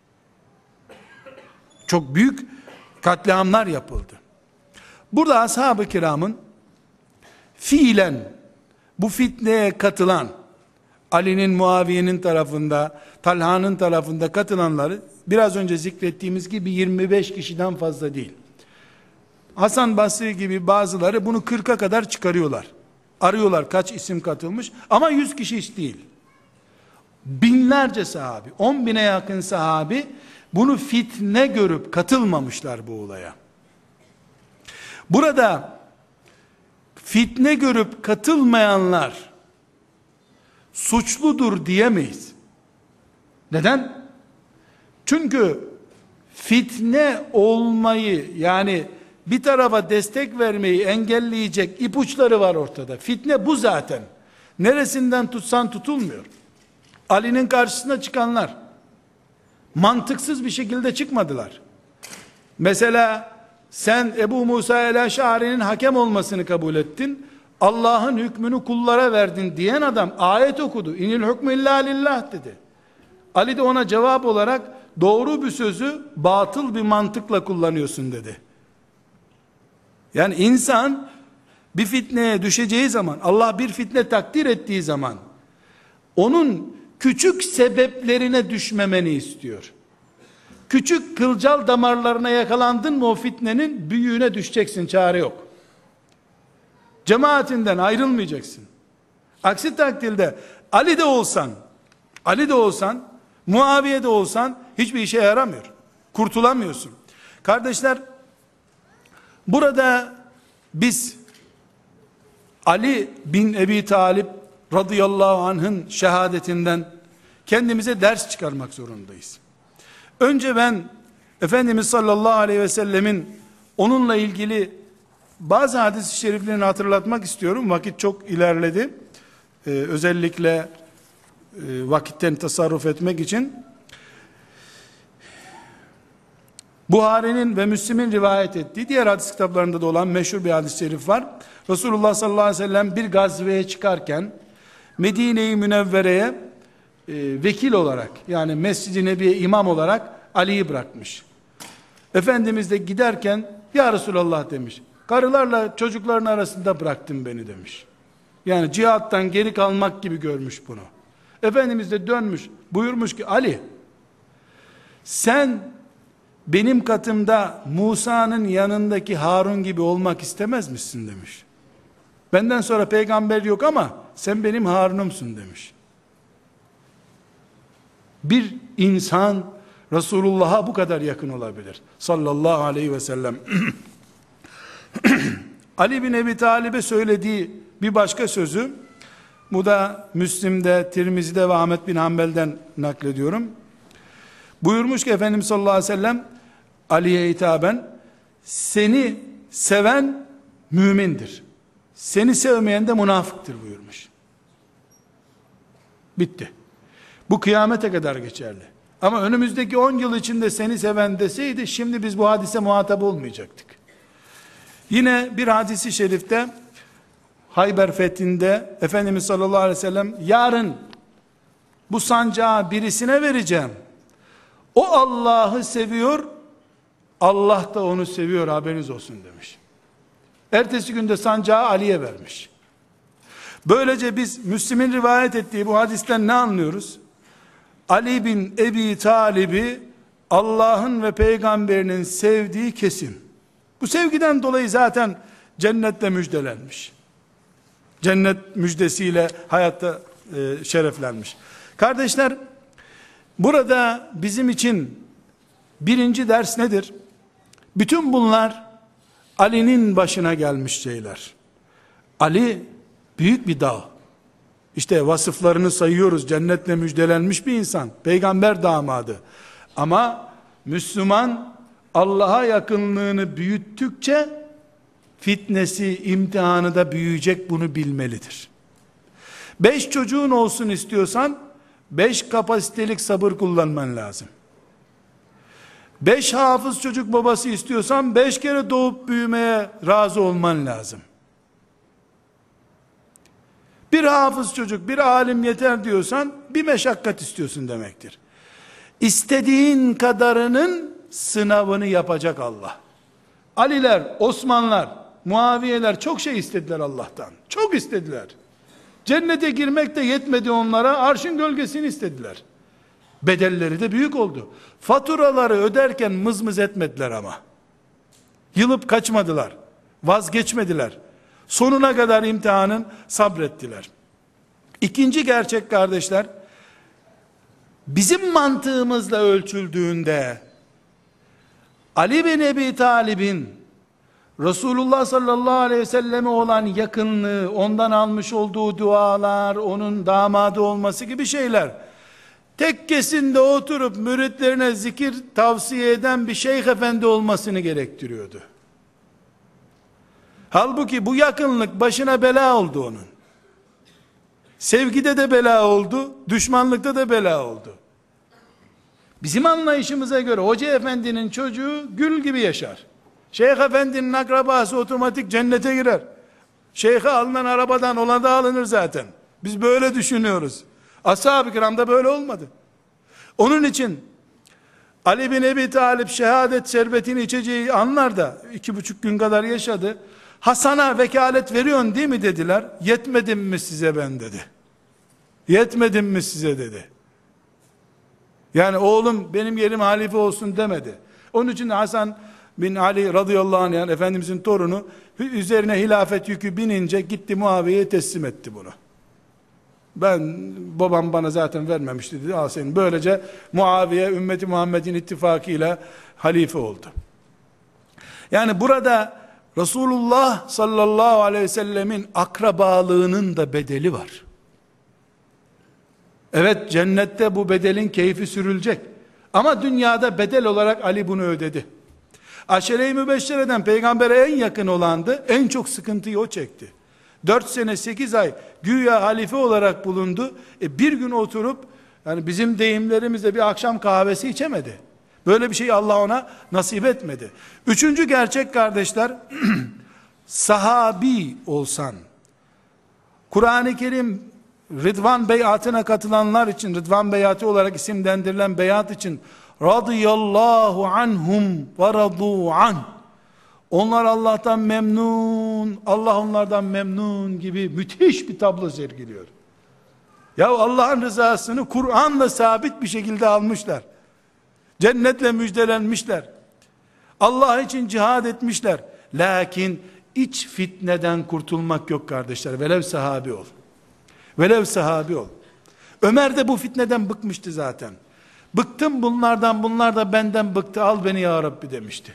Çok büyük katliamlar yapıldı. Burada ashab-ı kiramın fiilen bu fitneye katılan, Ali'nin, Muaviye'nin tarafında, Talha'nın tarafında katılanları biraz önce zikrettiğimiz gibi yirmi beş kişiden fazla değil. Hasan Basri gibi bazıları bunu kırka kadar çıkarıyorlar. Arıyorlar kaç isim katılmış, ama yüz kişi hiç değil. Binlerce sahabi, on bine yakın sahabi bunu fitne görüp katılmamışlar bu olaya. Burada fitne görüp katılmayanlar suçludur diyemeyiz. Neden? Çünkü fitne olmayı, yani bir tarafa destek vermeyi engelleyecek ipuçları var ortada. Fitne bu zaten. Neresinden tutsan tutulmuyor. Ali'nin karşısına çıkanlar mantıksız bir şekilde çıkmadılar. Mesela sen Ebu Musa el-Eş'ari'nin hakem olmasını kabul ettin. Allah'ın hükmünü kullara verdin diyen adam ayet okudu. İnil hükmü illa lillah dedi. Ali de ona cevap olarak doğru bir sözü batıl bir mantıkla kullanıyorsun dedi. Yani insan bir fitneye düşeceği zaman, Allah bir fitne takdir ettiği zaman onun küçük sebeplerine düşmemeni istiyor. Küçük kılcal damarlarına yakalandın mı o fitnenin büyüğüne düşeceksin, çare yok. Cemaatinden ayrılmayacaksın. Aksi takdirde Ali de olsan, Ali de olsan, Muaviye de olsan hiçbir işe yaramıyor. Kurtulamıyorsun. Kardeşler, burada biz Ali bin Ebi Talib radıyallahu anh'ın şehadetinden kendimize ders çıkarmak zorundayız. Önce ben Efendimiz sallallahu aleyhi ve sellemin onunla ilgili bazı hadis-i şeriflerini hatırlatmak istiyorum. Vakit çok ilerledi. Ee, özellikle e, vakitten tasarruf etmek için. Buhari'nin ve Müslim'in rivayet ettiği diğer hadis kitaplarında da olan meşhur bir hadis-i şerif var. Resulullah sallallahu aleyhi ve sellem bir gazveye çıkarken Medine-i Münevvere'ye e, vekil olarak, yani Mescid-i Nebi'ye imam olarak Ali'yi bırakmış. Efendimiz de giderken ya Resulallah demiş, karılarla çocukların arasında bıraktın beni demiş. Yani cihattan geri kalmak gibi görmüş bunu. Efendimiz de dönmüş, buyurmuş ki Ali, sen benim katımda Musa'nın yanındaki Harun gibi olmak istemez misin demiş. Benden sonra peygamber yok ama sen benim Harun'umsun demiş. Bir insan Resulullah'a bu kadar yakın olabilir sallallahu aleyhi ve sellem. Ali bin Ebi Talib'e söylediği bir başka sözü, bu da Müslim'de, Tirmizi'de ve Ahmet bin Hanbel'den naklediyorum. Buyurmuş ki Efendimiz sallallahu aleyhi ve sellem Ali'ye hitaben, seni seven mümindir, seni sevmeyen de münafıktır buyurmuş. Bitti. Bu kıyamete kadar geçerli. Ama önümüzdeki on yıl içinde seni seven deseydi, şimdi biz bu hadise muhatap olmayacaktık. Yine bir hadisi şerifte, Hayber fethinde Efendimiz sallallahu aleyhi ve sellem, yarın bu sancağı birisine vereceğim, o Allah'ı seviyor, Allah da onu seviyor, haberiniz olsun demiş. Ertesi günde sancağı Ali'ye vermiş. Böylece biz Müslim'in rivayet ettiği bu hadisten ne anlıyoruz? Ali bin Ebi Talib'i Allah'ın ve peygamberinin sevdiği kesin. Bu sevgiden dolayı zaten cennetle müjdelenmiş. Cennet müjdesiyle hayatta e, şereflenmiş. Kardeşler, burada bizim için birinci ders nedir? Bütün bunlar Ali'nin başına gelmiş şeyler. Ali büyük bir dağ. İşte vasıflarını sayıyoruz. Cennetle müjdelenmiş bir insan. Peygamber damadı. Ama Müslüman Allah'a yakınlığını büyüttükçe fitnesi, imtihanı da büyüyecek, bunu bilmelidir. Beş çocuğun olsun istiyorsan beş kapasitelik sabır kullanman lazım. Beş hafız çocuk babası istiyorsan beş kere doğup büyümeye razı olman lazım. Bir hafız çocuk, bir alim yeter diyorsan bir meşakkat istiyorsun demektir. İstediğin kadarının sınavını yapacak Allah. Aliler, Osmanlar, Muaviyeler çok şey istediler Allah'tan. Çok istediler. Cennete girmek de yetmedi onlara, arşın gölgesini istediler. Bedelleri de büyük oldu. Faturaları öderken mızmız etmediler ama. Yılıp kaçmadılar. Vazgeçmediler. Sonuna kadar imtihanın sabrettiler. İkinci gerçek kardeşler, bizim mantığımızla ölçüldüğünde Ali bin Ebi Talib'in Resulullah sallallahu aleyhi ve selleme olan yakınlığı, ondan almış olduğu dualar, onun damadı olması gibi şeyler, tekkesinde oturup müritlerine zikir tavsiye eden bir şeyh efendi olmasını gerektiriyordu. Halbuki bu yakınlık başına bela oldu onun. Sevgide de bela oldu, düşmanlıkta da bela oldu. Bizim anlayışımıza göre hoca efendinin çocuğu gül gibi yaşar. Şeyh efendinin akrabası otomatik cennete girer. Şeyhe alınan arabadan ona da alınır zaten. Biz böyle düşünüyoruz. Ashab-ı kiramda böyle olmadı. Onun için Ali bin Ebi Talib şehadet şerbetini içeceği anlarda iki buçuk gün kadar yaşadı. Hasan'a vekalet veriyorsun değil mi dediler. Yetmedim mi size ben dedi. Yetmedim mi size dedi. Yani oğlum benim yerim halife olsun demedi. Onun için Hasan bin Ali radıyallahu anh, yani Efendimizin torunu, üzerine hilafet yükü binince gitti Muaviye'ye teslim etti bunu. Ben, babam bana zaten vermemişti dedi, al senin. Böylece Muaviye ümmeti Muhammed'in ittifakıyla halife oldu. Yani burada Resulullah sallallahu aleyhi ve sellemin akrabalığının da bedeli var. Evet, cennette bu bedelin keyfi sürülecek. Ama dünyada bedel olarak Ali bunu ödedi. Aşere-i Mübeşşere'den peygambere en yakın olandı. En çok sıkıntıyı o çekti. Dört sene sekiz ay güya halife olarak bulundu. E bir gün oturup, yani bizim deyimlerimizde bir akşam kahvesi içemedi. Böyle bir şeyi Allah ona nasip etmedi. Üçüncü gerçek kardeşler, sahabi olsan, Kur'an-ı Kerim Rıdvan beyatına katılanlar için, Rıdvan beyatı olarak isimlendirilen beyat için, radıyallahu anhum ve radu an, onlar Allah'tan memnun, Allah onlardan memnun gibi müthiş bir tablo sergiliyor. Ya Allah'ın rızasını Kur'an'la sabit bir şekilde almışlar. Cennetle müjdelenmişler. Allah için cihad etmişler. Lakin iç fitneden kurtulmak yok kardeşler. Velev sahabi ol. Velev sahabi ol. Ömer de bu fitneden bıkmıştı zaten. Bıktım bunlardan, bunlar da benden bıktı, al beni ya Rabbi demişti.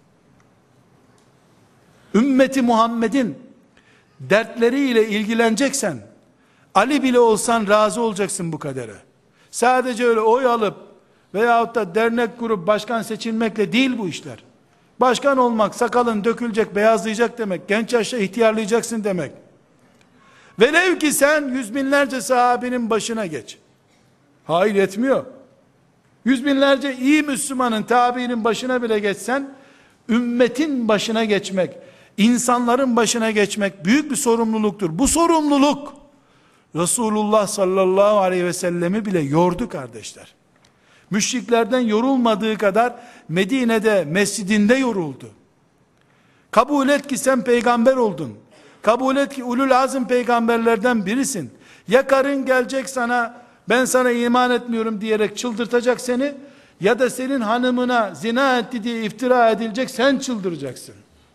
Ümmeti Muhammed'in dertleriyle ilgileneceksen, Ali bile olsan razı olacaksın bu kadere. Sadece öyle oy alıp veyahut da dernek kurup başkan seçilmekle değil bu işler. Başkan olmak, sakalın dökülecek, beyazlayacak demek, genç yaşta ihtiyarlayacaksın demek. Velev ki sen yüz binlerce sahabinin başına geç. Hayır, etmiyor. Yüz binlerce iyi Müslümanın, tabiinin başına bile geçsen, ümmetin başına geçmek, insanların başına geçmek büyük bir sorumluluktur. Bu sorumluluk Resulullah sallallahu aleyhi ve sellemi bile yordu kardeşler. Müşriklerden yorulmadığı kadar Medine'de mescidinde yoruldu. Kabul et ki sen peygamber oldun. Kabul et ki ulul azim peygamberlerden birisin. Ya karın gelecek sana, ben sana iman etmiyorum diyerek çıldırtacak seni, ya da senin hanımına zina etti diye iftira edilecek, sen çıldıracaksın.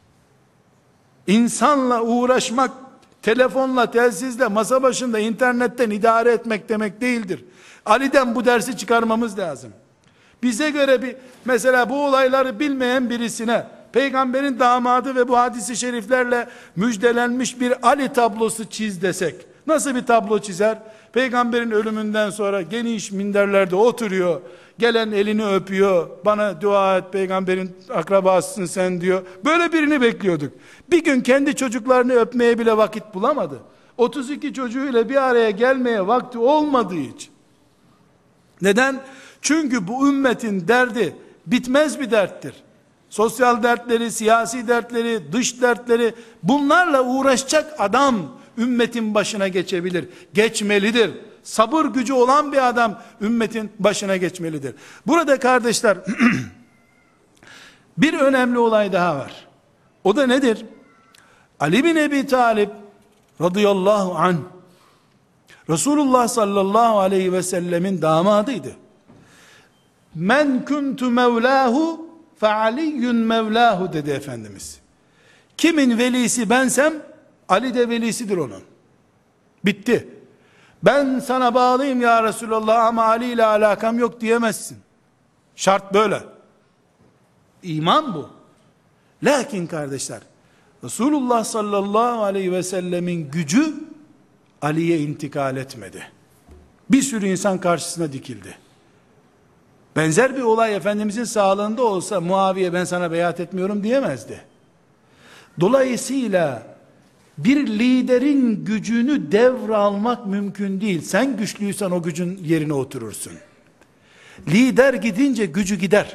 İnsanla uğraşmak, telefonla, telsizle, masa başında, internetten idare etmek demek değildir. Ali'den bu dersi çıkarmamız lazım. Bize göre bir, mesela bu olayları bilmeyen birisine, peygamberin damadı ve bu hadisi şeriflerle müjdelenmiş bir Ali tablosu çiz desek, nasıl bir tablo çizer? Peygamberin ölümünden sonra geniş minderlerde oturuyor, gelen elini öpüyor, bana dua et, peygamberin akrabasısın sen diyor. Böyle birini bekliyorduk. Bir gün kendi çocuklarını öpmeye bile vakit bulamadı. otuz iki çocuğuyla bir araya gelmeye vakti olmadığı için. Neden? Çünkü bu ümmetin derdi bitmez bir derttir. Sosyal dertleri, siyasi dertleri, dış dertleri, bunlarla uğraşacak adam ümmetin başına geçebilir. Geçmelidir. Sabır gücü olan bir adam ümmetin başına geçmelidir. Burada kardeşler bir önemli olay daha var. O da nedir? Ali bin Ebi Talib radıyallahu anh Resulullah sallallahu aleyhi ve sellemin damadıydı. Men kuntu mevlahu fealiyyun mevlahu dedi Efendimiz. Kimin velisi bensem Ali de velisidir onun. Bitti. Ben sana bağlıyım ya Resulallah ama Ali ile alakam yok diyemezsin. Şart böyle. İman bu. Lakin kardeşler, Resulullah sallallahu aleyhi ve sellemin gücü Ali'ye intikal etmedi. Bir sürü insan karşısına dikildi. Benzer bir olay Efendimizin sağlığında olsa Muaviye ben sana beyat etmiyorum diyemezdi. Dolayısıyla bir liderin gücünü devralmak mümkün değil. Sen güçlüysen o gücün yerine oturursun. Lider gidince gücü gider.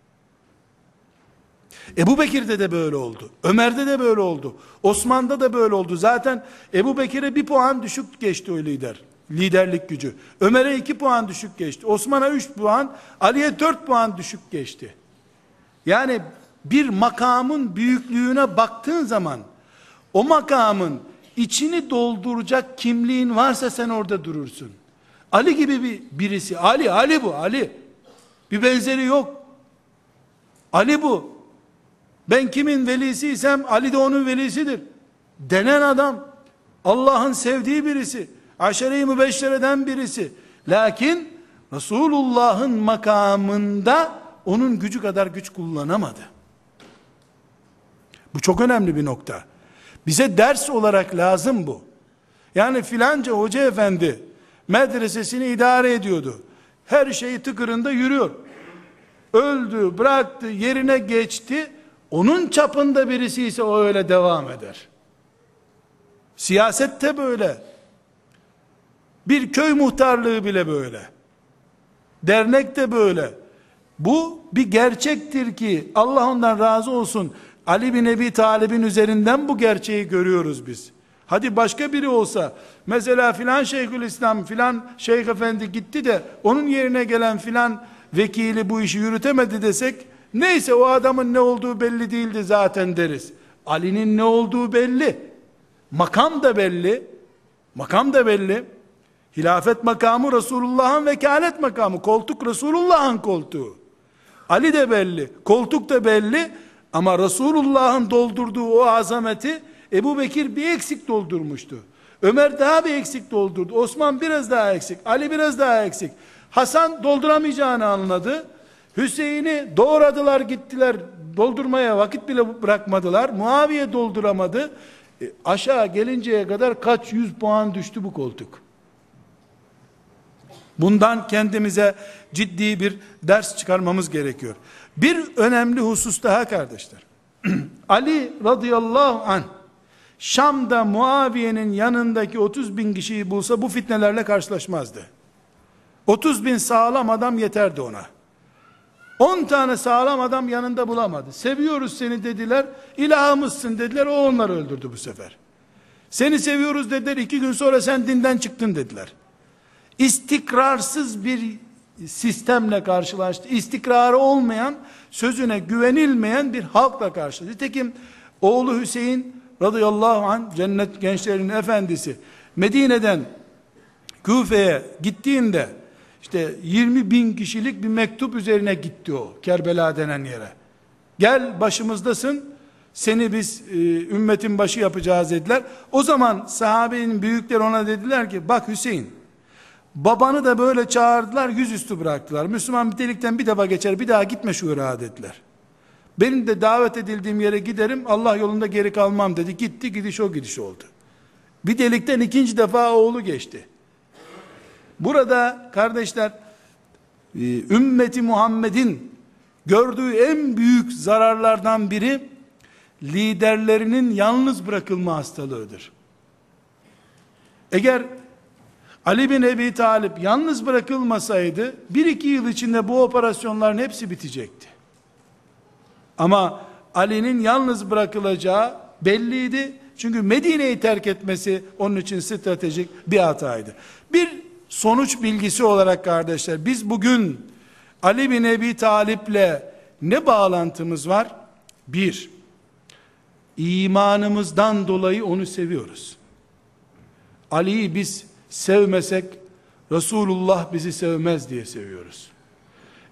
Ebu Bekir'de de böyle oldu. Ömer'de de böyle oldu. Osman'da da böyle oldu. Zaten Ebu Bekir'e bir puan düşük geçti o lider. Liderlik gücü. Ömer'e iki puan düşük geçti. Osman'a üç puan, Ali'ye dört puan düşük geçti. Yani bir makamın büyüklüğüne baktığın zaman o makamın içini dolduracak kimliğin varsa sen orada durursun. Ali gibi bir birisi. Ali, Ali bu, Ali. Bir benzeri yok. Ali bu. Ben kimin velisiysem Ali de onun velisidir denen adam Allah'ın sevdiği birisi, aşere-i mübeşşereden birisi. Lakin Resulullah'ın makamında onun gücü kadar güç kullanamadı. Bu çok önemli bir nokta. Bize ders olarak lazım bu. Yani filanca hoca efendi medresesini idare ediyordu. Her şeyi tıkırında yürüyor. Öldü, bıraktı, yerine geçti. Onun çapında birisi ise o öyle devam eder. Siyasette böyle. Bir köy muhtarlığı bile böyle. Dernek de böyle. Bu bir gerçektir ki Allah ondan razı olsun. Ali bin Ebi Talib'in üzerinden bu gerçeği görüyoruz biz. Hadi başka biri olsa, mesela filan Şeyhülislam, filan Şeyh Efendi gitti de onun yerine gelen filan vekili bu işi yürütemedi desek, neyse o adamın ne olduğu belli değildi zaten deriz. Ali'nin ne olduğu belli. Makam da belli. Makam da belli. Hilafet makamı Resulullah'ın vekalet makamı. Koltuk Resulullah'ın koltuğu. Ali de belli. Koltuk da belli. Ama Resulullah'ın doldurduğu o azameti Ebu Bekir bir eksik doldurmuştu. Ömer daha bir eksik doldurdu. Osman biraz daha eksik. Ali biraz daha eksik. Hasan dolduramayacağını anladı. Hüseyin'i doğradılar gittiler. Doldurmaya vakit bile bırakmadılar. Muaviye dolduramadı. E, aşağı gelinceye kadar kaç yüz puan düştü bu koltuk. Bundan kendimize ciddi bir ders çıkarmamız gerekiyor. Bir önemli husus daha kardeşler. Ali radıyallahu anh Şam'da Muaviye'nin yanındaki otuz bin kişiyi bulsa bu fitnelerle karşılaşmazdı. otuz bin sağlam adam yeterdi ona. on tane sağlam adam yanında bulamadı. Seviyoruz seni dediler, ilahımızsın dediler, o onları öldürdü bu sefer. Seni seviyoruz dediler, iki gün sonra sen dinden çıktın dediler. İstikrarsız bir sistemle karşılaştı. İstikrarı olmayan, sözüne güvenilmeyen bir halkla karşılaştı. Nitekim oğlu Hüseyin radıyallahu anh, cennet gençlerinin efendisi, Medine'den Küfe'ye gittiğinde işte yirmi bin kişilik bir mektup üzerine gitti o Kerbela denen yere. Gel başımızdasın, seni biz e, ümmetin başı yapacağız dediler. O zaman sahabenin büyükleri ona dediler ki bak Hüseyin, babanı da böyle çağırdılar, yüzüstü bıraktılar. Müslüman bir delikten bir defa geçer, bir daha gitme şu Irak'a dediler. Benim de davet edildiğim yere giderim, Allah yolunda geri kalmam dedi. Gitti, gidiş o gidiş oldu. Bir delikten ikinci defa oğlu geçti. Burada kardeşler, ümmeti Muhammed'in gördüğü en büyük zararlardan biri liderlerinin yalnız bırakılma hastalığıdır. Eğer Ali bin Ebi Talib yalnız bırakılmasaydı bir iki yıl içinde bu operasyonların hepsi bitecekti. Ama Ali'nin yalnız bırakılacağı belliydi. Çünkü Medine'yi terk etmesi onun için stratejik bir hataydı. Bir sonuç bilgisi olarak kardeşler, biz bugün Ali bin Ebi Talib'le ne bağlantımız var? Bir, imanımızdan dolayı onu seviyoruz. Ali'yi biz sevmesek Resulullah bizi sevmez diye seviyoruz.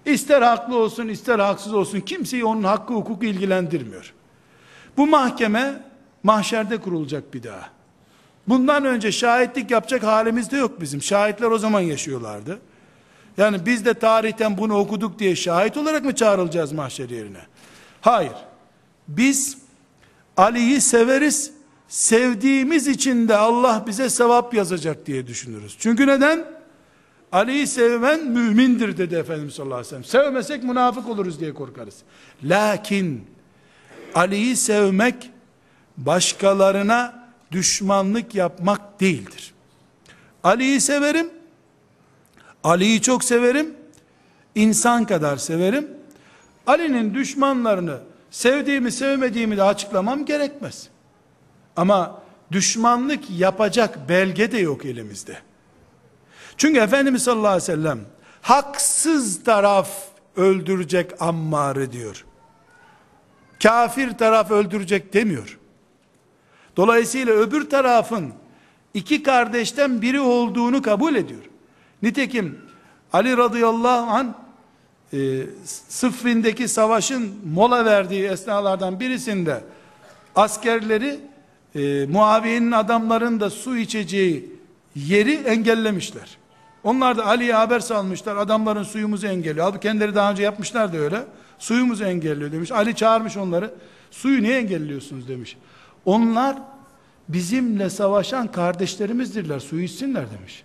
İster haklı olsun, ister haksız olsun, kimseyi onun hakkı hukuku ilgilendirmiyor. Bu mahkeme mahşerde kurulacak bir daha. Bundan önce şahitlik yapacak halimiz de yok bizim. Şahitler o zaman yaşıyorlardı. Yani biz de tarihten bunu okuduk diye şahit olarak mı çağrılacağız mahşer yerine? Hayır. Biz Ali'yi severiz. Sevdiğimiz için de Allah bize sevap yazacak diye düşünürüz. Çünkü neden? Ali'yi sevmen mümindir dedi Efendimiz sallallahu aleyhi ve sellem. Sevmesek münafık oluruz diye korkarız. Lakin Ali'yi sevmek başkalarına düşmanlık yapmak değildir. Ali'yi severim. Ali'yi çok severim. İnsan kadar severim. Ali'nin düşmanlarını sevdiğimi sevmediğimi de açıklamam gerekmez. Ama düşmanlık yapacak belge de yok elimizde. Çünkü Efendimiz sallallahu aleyhi ve sellem haksız taraf öldürecek Ammar'ı diyor. Kafir taraf öldürecek demiyor. Dolayısıyla öbür tarafın iki kardeşten biri olduğunu kabul ediyor. Nitekim Ali radıyallahu anh e, Sıffin'deki savaşın mola verdiği esnalardan birisinde askerleri e, Muaviye'nin adamların da su içeceği yeri engellemişler. Onlar da Ali'ye haber salmışlar. Adamların suyumuzu engelliyor. Halbuki kendileri daha önce yapmışlar da öyle. Suyumuzu engelliyor demiş. Ali çağırmış onları. Suyu niye engelliyorsunuz demiş. Onlar bizimle savaşan kardeşlerimizdirler. Suyu içsinler demiş.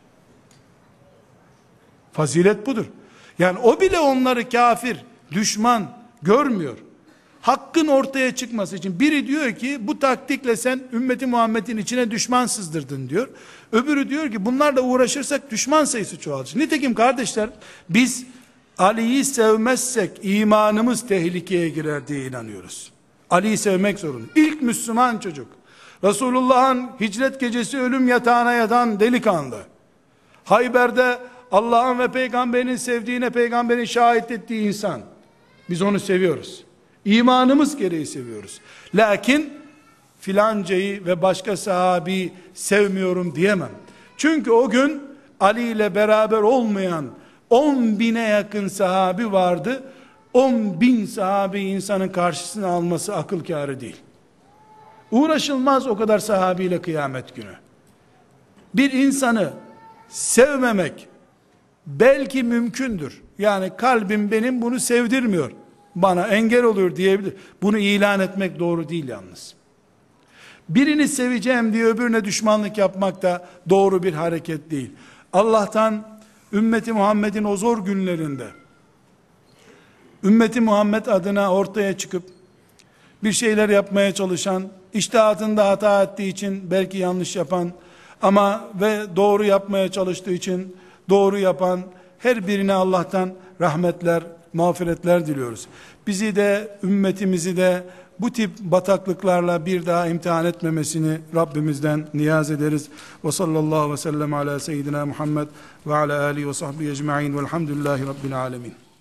Fazilet budur. Yani o bile onları kafir, düşman görmüyor. Hakkın ortaya çıkması için biri diyor ki bu taktikle sen ümmeti Muhammed'in içine düşman sızdırdın diyor. Öbürü diyor ki bunlarla uğraşırsak düşman sayısı çoğalır. Nitekim kardeşler biz Ali'yi sevmezsek imanımız tehlikeye girer diye inanıyoruz. Ali'yi sevmek zorunda. İlk Müslüman çocuk. Resulullah'ın hicret gecesi ölüm yatağına yatan delikanlı. Hayber'de Allah'ın ve peygamberin sevdiğine peygamberin şahit ettiği insan. Biz onu seviyoruz. İmanımız gereği seviyoruz. Lakin filancayı ve başka sahabeyi sevmiyorum diyemem. Çünkü o gün Ali ile beraber olmayan on bine yakın sahabi vardı. On bin sahabi insanın karşısına alması akıl kârı değil. Uğraşılmaz o kadar sahabiyle kıyamet günü. Bir insanı sevmemek belki mümkündür. Yani kalbim benim bunu sevdirmiyor, bana engel oluyor diyebilir. Bunu ilan etmek doğru değil yalnız. Birini seveceğim diye öbürüne düşmanlık yapmak da doğru bir hareket değil. Allah'tan ümmeti Muhammed'in o zor günlerinde ümmeti Muhammed adına ortaya çıkıp bir şeyler yapmaya çalışan, içtihatında hata ettiği için belki yanlış yapan ama ve doğru yapmaya çalıştığı için doğru yapan her birine Allah'tan rahmetler, mağfiretler diliyoruz. Bizi de ümmetimizi de bu tip bataklıklarla bir daha imtihan etmemesini Rabbimizden niyaz ederiz. Ve sallallahu ve sellem ala seyyidina Muhammed ve ala alihi ve sahbihi ecma'in velhamdülillahi rabbil alemin.